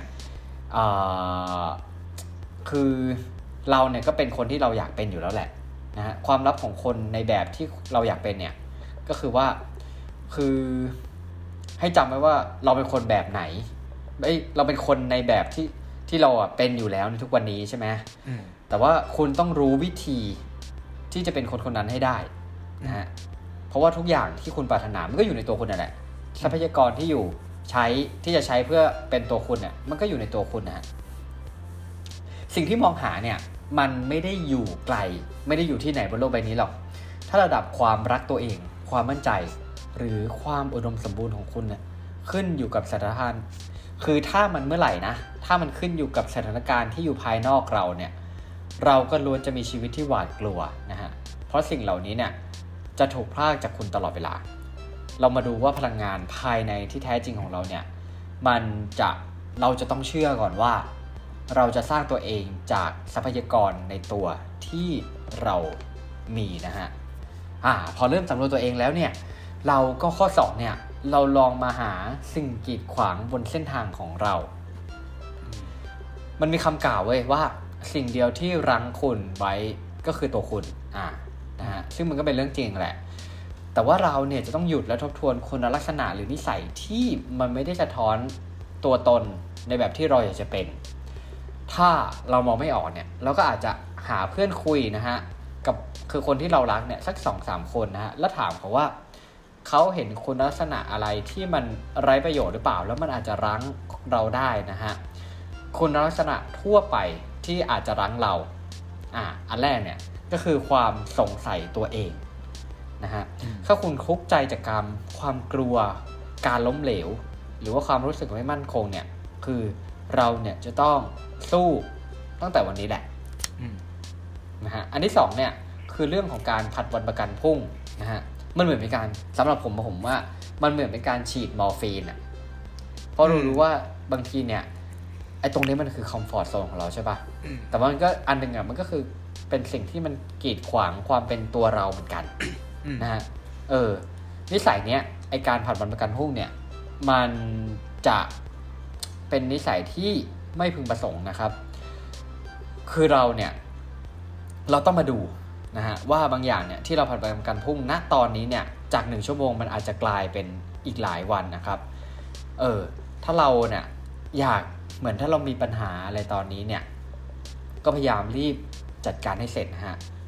คือเราเนี่ยก็เป็นคนที่เราอยากเป็นอยู่แล้วแหละนะฮะความลับของคนในแบบที่เราอยากเป็นเนี่ยก็คือว่าคือให้จำไว้ว่าเราเป็นคนแบบไหนเราเป็นคนในแบบที่เราเป็นอยู่แล้วในทุกวันนี้ใช่ไหมแต่ว่าคุณต้องรู้วิธีที่จะเป็นคนคนนั้นให้ได้นะฮะเพราะว่าทุกอย่างที่คุณปรารถนามันก็อยู่ในตัวคุณนั่นแหละทรัพยากรที่อยู่ที่จะใช้เพื่อเป็นตัวคุณเนี่ยมันก็อยู่ในตัวคุณนะฮะสิ่งที่มองหาเนี่ยมันไม่ได้อยู่ไกลไม่ได้อยู่ที่ไหนบนโลกใบนี้หรอกถ้าระดับความรักตัวเองความมั่นใจหรือความอุดมสมบูรณ์ของคุณเนี่ยขึ้นอยู่กับสถานการณ์คือถ้ามันเมื่อไหร่นะถ้ามันขึ้นอยู่กับสถานการณ์ที่อยู่ภายนอกเราเนี่ยเราก็ล้วนจะมีชีวิตที่หวาดกลัวนะฮะเพราะสิ่งเหล่านี้เนี่ยจะถูกพรากจากคุณตลอดเวลาเรามาดูว่าพลังงานภายในที่แท้จริงของเราเนี่ยเราจะต้องเชื่อก่อนว่าเราจะสร้างตัวเองจากทรัพยากรในตัวที่เรามีนะฮะพอเริ่มสำรวจตัวเองแล้วเนี่ยเราก็ข้อ2เนี่ยเราลองมาหาสิ่งกีดขวางบนเส้นทางของเรามันมีคำกล่าวไว้ว่าสิ่งเดียวที่รั้งคุณไว้ก็คือตัวคุณนะฮะซึ่งมันก็เป็นเรื่องจริงแหละแต่ว่าเราเนี่ยจะต้องหยุดและทบทวนคุณลักษณะหรือนิสัยที่มันไม่ได้สะท้อนตัวตนในแบบที่เราอยากจะเป็นถ้าเรามองไม่ออกเนี่ยเราก็อาจจะหาเพื่อนคุยนะฮะกับคือคนที่เรารักเนี่ยสัก 2-3 คนนะฮะแล้วถามเขาว่าเขาเห็นคุณลักษณะอะไรที่มันไร้ประโยชน์หรือเปล่าแล้วมันอาจจะรั้งเราได้นะฮะคุณลักษณะทั่วไปที่อาจจะรั้งเราอันแรกเนี่ยก็คือความสงสัยตัวเองนะฮะถ้าคุณทุกข์ใจจากความกลัวการล้มเหลวหรือว่าความรู้สึกไม่มั่นคงเนี่ยคือเราเนี่ยจะต้องสู้ตั้งแต่วันนี้แหละนะฮะอันที่2เนี่ยคือเรื่องของการผัดวันประกันพรุ่งนะฮะมันเหมือนเป็นการสำหรับผมว่ามันเหมือนเป็นการฉีดมอร์ฟีนเพราะเรารู้ว่าบางทีเนี่ยไอ้ตรงนี้มันคือคอมฟอร์ตโซนของเราใช่ป่ะแต่มันก็อันนึงมันก็คือเป็นสิ่งที่มันกีดขวางความเป็นตัวเราเหมือนกันนะฮะนิสัยเนี้ยไอ้การผัดวันประกันพรุ่งเนี่ยมันจะเป็นนิสัยที่ไม่พึงประสงค์นะครับคือเราต้องมาดูนะฮะว่าบางอย่างเนี่ยที่เราผัดวันประกันพรุ่งณตอนนี้เนี่ยจาก1ชั่วโมงมันอาจจะกลายเป็นอีกหลายวันนะครับถ้าเราเนี่ยอยากเหมือนถ้าเรามีปัญหาอะไรตอนนี้เนี่ยก็พยายามรีบจัดการให้เสร็จนะฮะ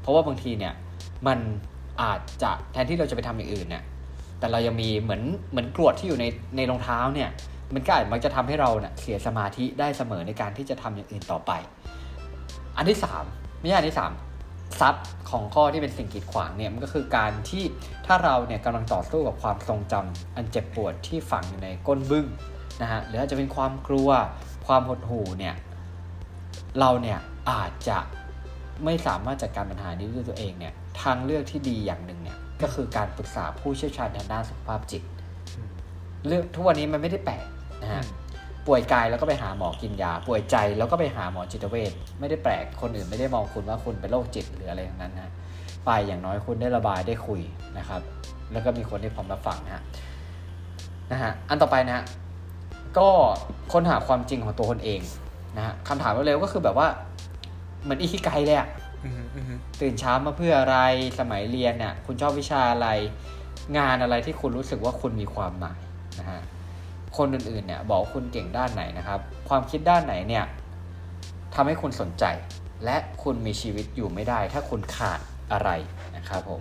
เพราะว่าบางทีเนี่ยมันอาจจะแทนที่เราจะไปทำอย่างอื่นเนี่ยแต่เรายังมีเหมือนกรวดที่อยู่ในรองเท้าเนี่ยมันก็อาจจะทำให้เราเนี่ยเสียสมาธิได้เสมอในการที่จะทำอย่างอื่นต่อไปอันที่3ไม่ใช่อันที่3ซับของข้อที่เป็นสิ่งกีดขวางเนี่ยมันก็คือการที่ถ้าเราเนี่ยกำลังต่อสู้กับความทรงจำอันเจ็บปวดที่ฝังอยู่ในก้นบึ้งนะฮะหรืออาจจะเป็นความกลัวความหดหู่เนี่ยเราเนี่ยอาจจะไม่สามารถจัดการปัญหานี้ด้วยตัวเองเนี่ยทางเลือกที่ดีอย่างหนึ่งเนี่ยก็คือการปรึกษาผู้เชี่ยวชาญทางด้านสุขภาพจิตเรื่องทุกวันนี้มันไม่ได้แปลกนะฮะป่วยกายแล้วก็ไปหาหมอกินยาป่วยใจแล้วก็ไปหาหมอจิตเวชไม่ได้แปลกคนอื่นไม่ได้มองคุณว่าคุณเป็นโรคจิตหรืออะไรทั้งนั้นนะไปอย่างน้อยคุณได้ระบายได้คุยนะครับแล้วก็มีคนที่พร้อมรับฟังนะฮะอันต่อไปนะฮะก็ค้นหาความจริงของตัวคนเองนะฮะคำถามเร็วก็คือแบบว่าเหมือนอิคิไกเลยอะตื่นเช้ามาเพื่ออะไรสมัยเรียนเนี่ยคุณชอบวิชาอะไรงานอะไรที่คุณรู้สึกว่าคุณมีความหมายนะฮะคนอื่นๆเนี่ยบอกคุณเก่งด้านไหนนะครับความคิดด้านไหนเนี่ยทำให้คุณสนใจและคุณมีชีวิตอยู่ไม่ได้ถ้าคุณขาดอะไรนะครับผม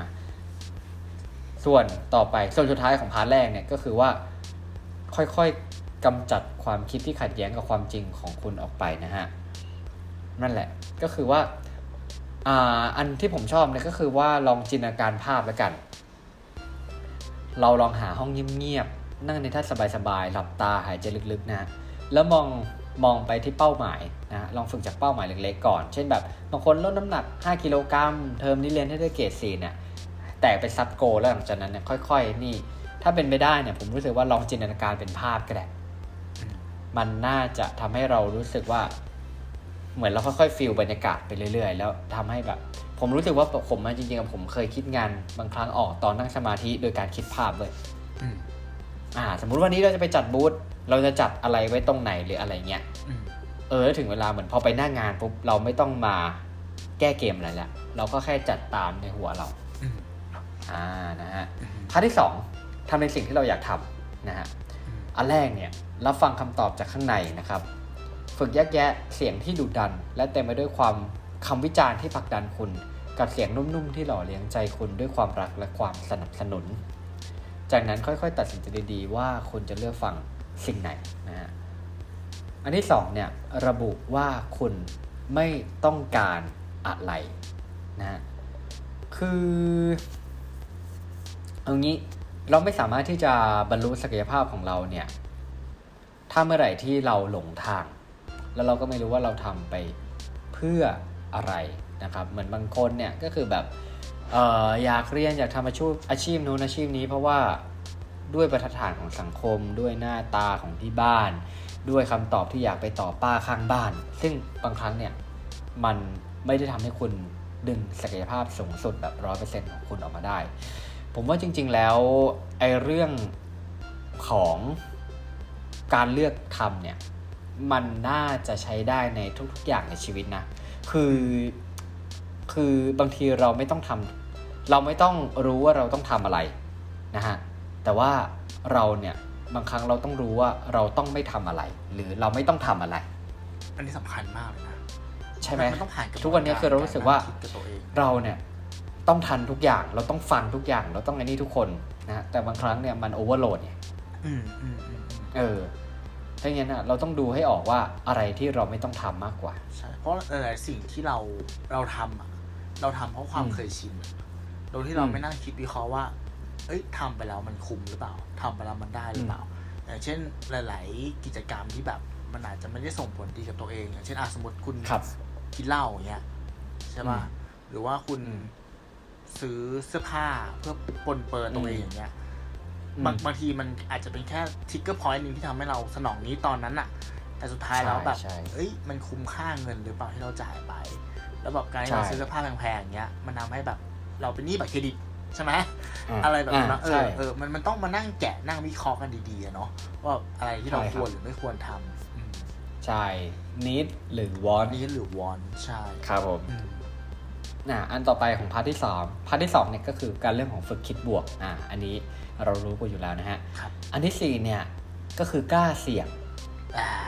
ส่วนต่อไปส่วนสุดท้ายของพาร์ทแรกเนี่ยก็คือว่าค่อยๆกำจัดความคิดที่ขัดแย้งกับความจริงของคุณออกไปนะฮะนั่นแหละก็คือว่าอันที่ผมชอบเนี่ยก็คือว่าลองจินตนาการภาพแล้วกันเราลองหาห้องเงียบๆนั่งในท่าสบายๆหลับตาหายใจลึกๆนะแล้วมองไปที่เป้าหมายนะลองฝึกจากเป้าหมายเล็กๆก่อนเช่นแบบบางคนลดน้ำหนัก5กิโลกรัมเทอมนี้เรียนให้ได้เกรด 4เนี่ยแตกไปซับโกแล้วหลังจากนั้นเนี่ยค่อยๆนี่ถ้าเป็นไม่ได้เนี่ยผมรู้สึกว่าลองจินตนาการเป็นภาพก็ได้มันน่าจะทำให้เรารู้สึกว่าเหมือนเราค่อยๆฟีลบรรยากาศไปเรื่อยๆแล้วทำให้แบบผมรู้สึกว่าผมจริงๆผมเคยคิดงานบางครั้งออกตอนนั่งสมาธิโดยการคิดภาพเลยสมมุติวันนี้เราจะไปจัดบูธเราจะจัดอะไรไว้ตรงไหนหรืออะไรเงี้ยถึงเวลาเหมือนพอไปหน้างานปุ๊บเราไม่ต้องมาแก้เกมอะไรแล้วเราก็แค่จัดตามในหัวเรานะฮะขั้นที่2ทำในสิ่งที่เราอยากทำนะฮะอันแรกเนี่ยรับฟังคำตอบจากข้างในนะครับฝึกแยกแยะเสียงที่ดุดันและเต็มไปด้วยความคำวิจารณ์ที่ผลักดันคุณกับเสียงนุ่มๆที่หล่อเลี้ยงใจคุณด้วยความรักและความสนับสนุนจากนั้นค่อยๆตัดสินใจดีๆว่าคุณจะเลือกฟังสิ่งไหนนะฮะอันที่2เนี่ยระบุว่าคุณไม่ต้องการอะไรนะคือเอางี้เราไม่สามารถที่จะบรรลุศักยภาพของเราเนี่ยถ้าเมื่อไหร่ที่เราหลงทางแล้วเราก็ไม่รู้ว่าเราทำไปเพื่ออะไรนะครับเหมือนบางคนเนี่ยก็คือแบบอยากเรียนอยากทำอาชีพนู้นอาชีพนี้เพราะว่าด้วยบรรทัดฐานของสังคมด้วยหน้าตาของที่บ้านด้วยคำตอบที่อยากไปต่อป้าข้างบ้านซึ่งบางครั้งเนี่ยมันไม่ได้ทำให้คุณดึงศักยภาพสูงสุดแบบ 100% ของคุณออกมาได้ผมว่าจริงๆแล้วไอ้เรื่องของการเลือกทำเนี่ยมันน่าจะใช้ได้ในทุกๆอย่างในชีวิตนะคือบางทีเราไม่ต้องรู้ว่าเราต้องทำอะไรนะฮะแต่ว่าเราเนี่ยบางครั้งเราต้องรู้ว่าเราต้องไม่ทำอะไรหรือเราไม่ต้องทำอะไรอันนี้สำคัญมากเลยนะใช่ไหมทุกวันนี้คือเรารู้สึกว่าเราเนี่ยต้องทันทุกอย่างเราต้องฟังทุกอย่างเราต้องไอ้นี่ทุกคนนะแต่บางครั้งเนี่ยมันโอเวอร์โหลดเนี่ยถ้าอย่างนั้นเราต้องดูให้ออกว่าอะไรที่เราไม่ต้องทำมากกว่าใช่เพราะหลายสิ่งที่เราทำเราทำเพราะความเคยชินโดยที่เราไม่นั่งคิดวิเคราะห์ว่าทำไปแล้วมันคุ้มหรือเปล่าทำไปแล้วมันได้หรือเปล่าอย่างเช่นหลายๆกิจกรรมที่แบบมันอาจจะไม่ได้ส่งผลดีกับตัวเองอย่างเช่นสมมติคุณกินเหล้าอย่างเงี้ยใช่ป่ะหรือว่าคุณซื้อเสื้อผ้าเพื่อปนเปื้อนตัวเองอย่างเงี้ยบางทีมันอาจจะเป็นแค่ทริกเกอร์พอยต์นึงที่ทำให้เราสนองนี้ตอนนั้นน่ะแต่สุดท้ายแล้วแบบมันคุ้มค่าเงินหรือเปล่าที่เราจ่ายไปแล้วแบบการที่เราซื้อเสื้อผ้าแพงๆอย่างเงี้ยมันทำให้แบบเราเป็นหนี้บัตรเครดิตใช่ไหมอะไรแบบนั้นมันต้องมานั่งแกะนั่งวิเคราะห์กันดีๆเนาะว่าอะไรที่เราควรหรือไม่ควรทำใช่ need หรือ want ใช่ครับผมอันต่อไปของพาร์ทที่2เนี่ยก็คือการเรื่องของฝึกคิดบวกอันนี้เรารู้กันอยู่แล้วนะฮะอันที่4เนี่ยก็คือกล้าเสี่ยง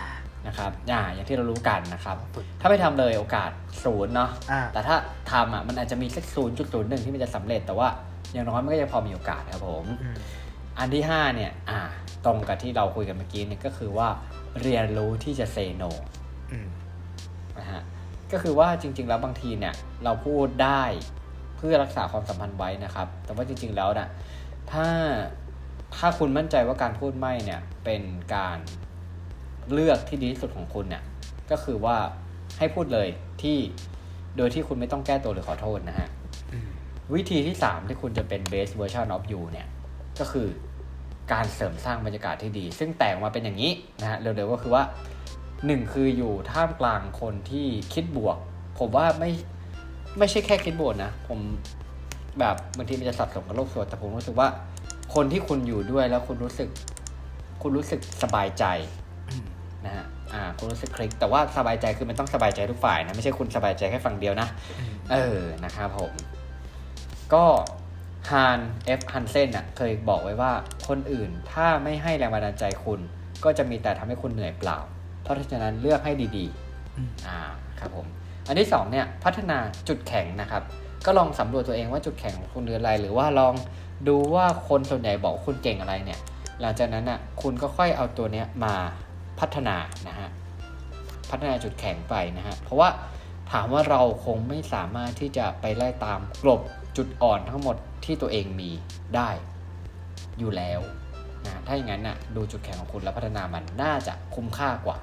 นะครับอย่างที่เรารู้กันนะครับถ้าไม่ทำเลยโอกาส0เนาะแต่ถ้าทำมันอาจจะมีสัก 0.01 ที่มันจะสำเร็จแต่ว่าอย่างน้อยมันก็ยังพอมีโอกาสครับผมอันที่5เนี่ยตรงกับที่เราคุยกันเมื่อกี้เนี่ยก็คือว่าเรียนรู้ที่จะ say no นะฮะก็คือว่าจริงๆแล้วบางทีเนี่ยเราพูดได้เพื่อรักษาความสัมพันธ์ไว้นะครับแต่ว่าจริงๆแล้วนะถ้าคุณมั่นใจว่าการพูดไม่เนี่ยเป็นการเลือกที่ดีที่สุดของคุณเนี่ยก็คือว่าให้พูดเลยโดยที่คุณไม่ต้องแก้ตัวหรือขอโทษนะฮะวิธีที่3ที่คุณจะเป็น best version of you เนี่ยก็คือการเสริมสร้างบรรยากาศที่ดีซึ่งแต่งมาเป็นอย่างนี้นะฮะเร็วๆก็คือว่า1คืออยู่ท่ามกลางคนที่คิดบวกผมว่าไม่ใช่แค่คิดบวกนะผมแบบบางทีมันจะสับสนกับโลกส่วนแต่ผมรู้สึกว่าคนที่คุณอยู่ด้วยแล้วคุณรู้สึกสบายใจนะฮะคุณรู้สึกคลิกแต่ว่าสบายใจคือมันต้องสบายใจทุกฝ่ายนะไม่ใช่คุณสบายใจแค่ฝั่งเดียวนะนะครับผมก็ฮันเซนเคยบอกไว้ว่าคนอื่นถ้าไม่ให้แรงบันดาลใจคุณก็จะมีแต่ทำให้คุณเหนื่อยเปล่าเพราะฉะนั้นเลือกให้ดีๆครับผมอันที่2เนี่ยพัฒนาจุดแข็งนะครับก็ลองสำรวจตัวเองว่าจุดแข็งของคุณคืออะไรหรือว่าลองดูว่าคนส่วนใหญ่บอกคุณเก่งอะไรเนี่ยหลังจากนั้นคุณก็ค่อยเอาตัวเนี้ยมาพัฒนานะฮะพัฒนาจุดแข็งไปนะฮะเพราะว่าถามว่าเราคงไม่สามารถที่จะไปไล่ตามกลบจุดอ่อนทั้งหมดที่ตัวเองมีได้อยู่แล้วนะถ้าอย่างนั้นดูจุดแข็งของคุณแล้วพัฒนามันน่าจะคุ้มค่ากว่า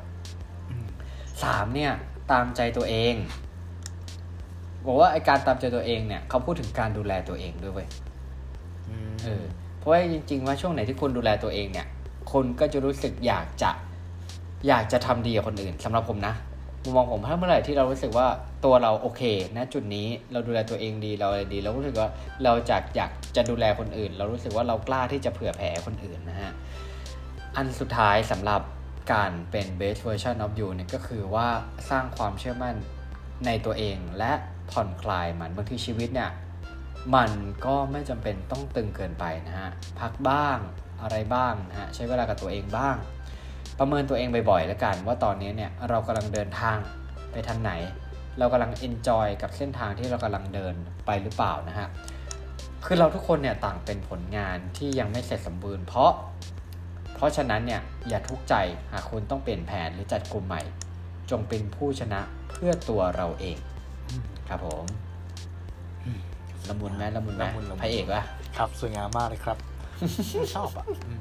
3เนี่ยตามใจตัวเองบอกว่าไอ้การตามใจตัวเองเนี่ยเขาพูดถึงการดูแลตัวเองด้วยเว้ยเพราะว่าจริงๆว่าช่วงไหนที่คุณดูแลตัวเองเนี่ยคนก็จะรู้สึกอยากจะทำดีกับคนอื่นสำหรับผมนะมุมมองผมถ้าเมื่อไหร่ที่เรารู้สึกว่าตัวเราโอเคนะจุดนี้เราดูแลตัวเองดีเราอะไรดีเรารู้สึกว่าเราอยากจะดูแลคนอื่นเรารู้สึกว่าเรากล้าที่จะเผื่อแผ่คนอื่นนะฮะอันสุดท้ายสำหรับการเป็น best version of you เนี่ยก็คือว่าสร้างความเชื่อมั่นในตัวเองและผ่อนคลายมันบางทีชีวิตเนี่ยมันก็ไม่จำเป็นต้องตึงเกินไปนะฮะพักบ้างอะไรบ้างนะฮะใช้เวลากับตัวเองบ้างประเมินตัวเองบ่อยๆแล้วกันว่าตอนนี้เนี่ยเรากำลังเดินทางไปทางไหนเรากำลัง enjoy กับเส้นทางที่เรากำลังเดินไปหรือเปล่านะฮะคือเราทุกคนเนี่ยต่างเป็นผลงานที่ยังไม่เสร็จสมบูรณ์เพราะฉะนั้นเนี่ยอย่าทุกข์ใจหากคุณต้องเปลี่ยนแผนหรือจัดกลุ่มใหม่จงเป็นผู้ชนะเพื่อตัวเราเองครับผมละมุนไหมพระเอกวะครับสวยงามมากเลยครับ ชอบ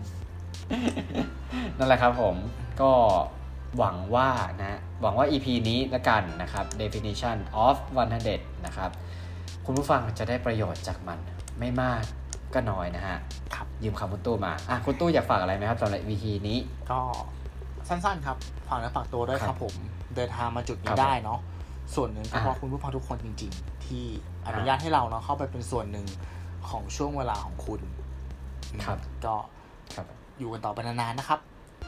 นั่นแหละครับผมก็หวังว่า EP นี้ละกันนะครับ definition of 100นะครับคุณผู้ฟังจะได้ประโยชน์จากมันไม่มากก็น้อยนะฮะครับยืมคำคุณตู้มาคุณตู้อยากฝากอะไรไหมครับสำหรับ EP นี้ก็สั้นๆครับฝากและฝากตัวด้วยครับผมเดินทางมาจุดนี้ได้เนาะส่วนหนึ่งก็เพราะคุณผู้ฟังทุกคนจริงๆที่อนุญาตให้เราเนาะเข้าไปเป็นส่วนหนึ่งของช่วงเวลาของคุณครับก็อยู่กันต่อไปนานๆนะครับ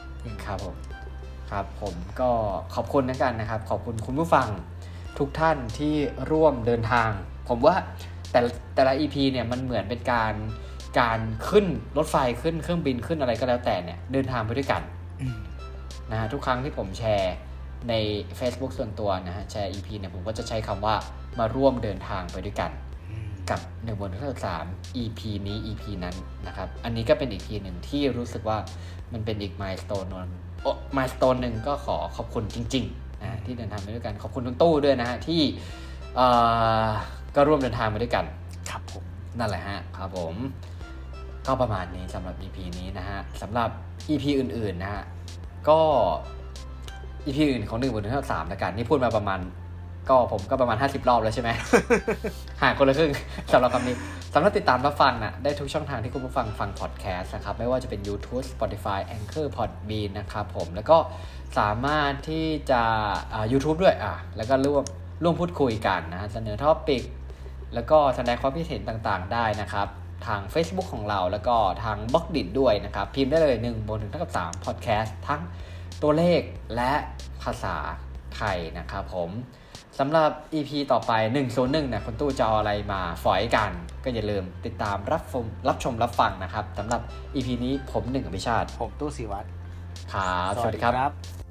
ครับผมก็ขอบคุณนะครับขอบคุณคุณผู้ฟังทุกท่านที่ร่วมเดินทางผมว่าแต่ละ EP เนี่ยมันเหมือนเป็นการขึ้นรถไฟขึ้นเครื่องบินขึ้นอะไรก็แล้วแต่เนี่ยเดินทางไปด้วยกันนะฮะทุกครั้งที่ผมแชร์ใน Facebook ส่วนตัวนะฮะแชร์ EP เนี่ยผมก็จะใช้คำว่ามาร่วมเดินทางไปด้วยกันกับ1/3 EP นี้ EP นั้นนะครับอันนี้ก็เป็นอีกทีหนึ่งที่รู้สึกว่ามันเป็นอีก milestone หนึ่งก็ขอบคุณจริงๆนะที่เดินทางไปด้วยกันขอบคุณทุกตู้ด้วยนะฮะที่ก็ร่วมเดินทางมาด้วยกันครับผมนั่นแหละฮะครับผมก็ประมาณนี้สำหรับ EP นี้นะฮะสำหรับ EP อื่นๆนะฮะก็ EP อื่นของ1/3ละกันนี่พูดมาประมาณผมก็ประมาณ50รอบแล้วใช่ไหม ห่างคนละครึ่งสำหรับคำนี้สำหรับติดตามรับฟังได้ทุกช่องทางที่คุณผู้ฟังฟังพอดแคสต์นะครับไม่ว่าจะเป็น YouTube Spotify Anchor Podbean นะครับผมแล้วก็สามารถที่จะYouTube ด้วยแล้วก็ร่วมพูดคุยกันนะเสนอท็อปิกแล้วก็แสดงความคิดเห็นต่างๆได้นะครับทาง Facebook ของเราแล้วก็ทางบล็อกดิด้วยนะครับพิมพ์ได้เลย1/3 Podcast ทั้งตัวเลขและภาษาไทยนะครับผมสำหรับ EP ต่อไป101เนี่ยคุณตู้จะเอาอะไรมาฝอยกันก็อย่าลืมติดตามรับชมรับฟังนะครับสำหรับ EP นี้ผม1อภิชาติผมตู้ศิวัตรครับสวัสดีครับ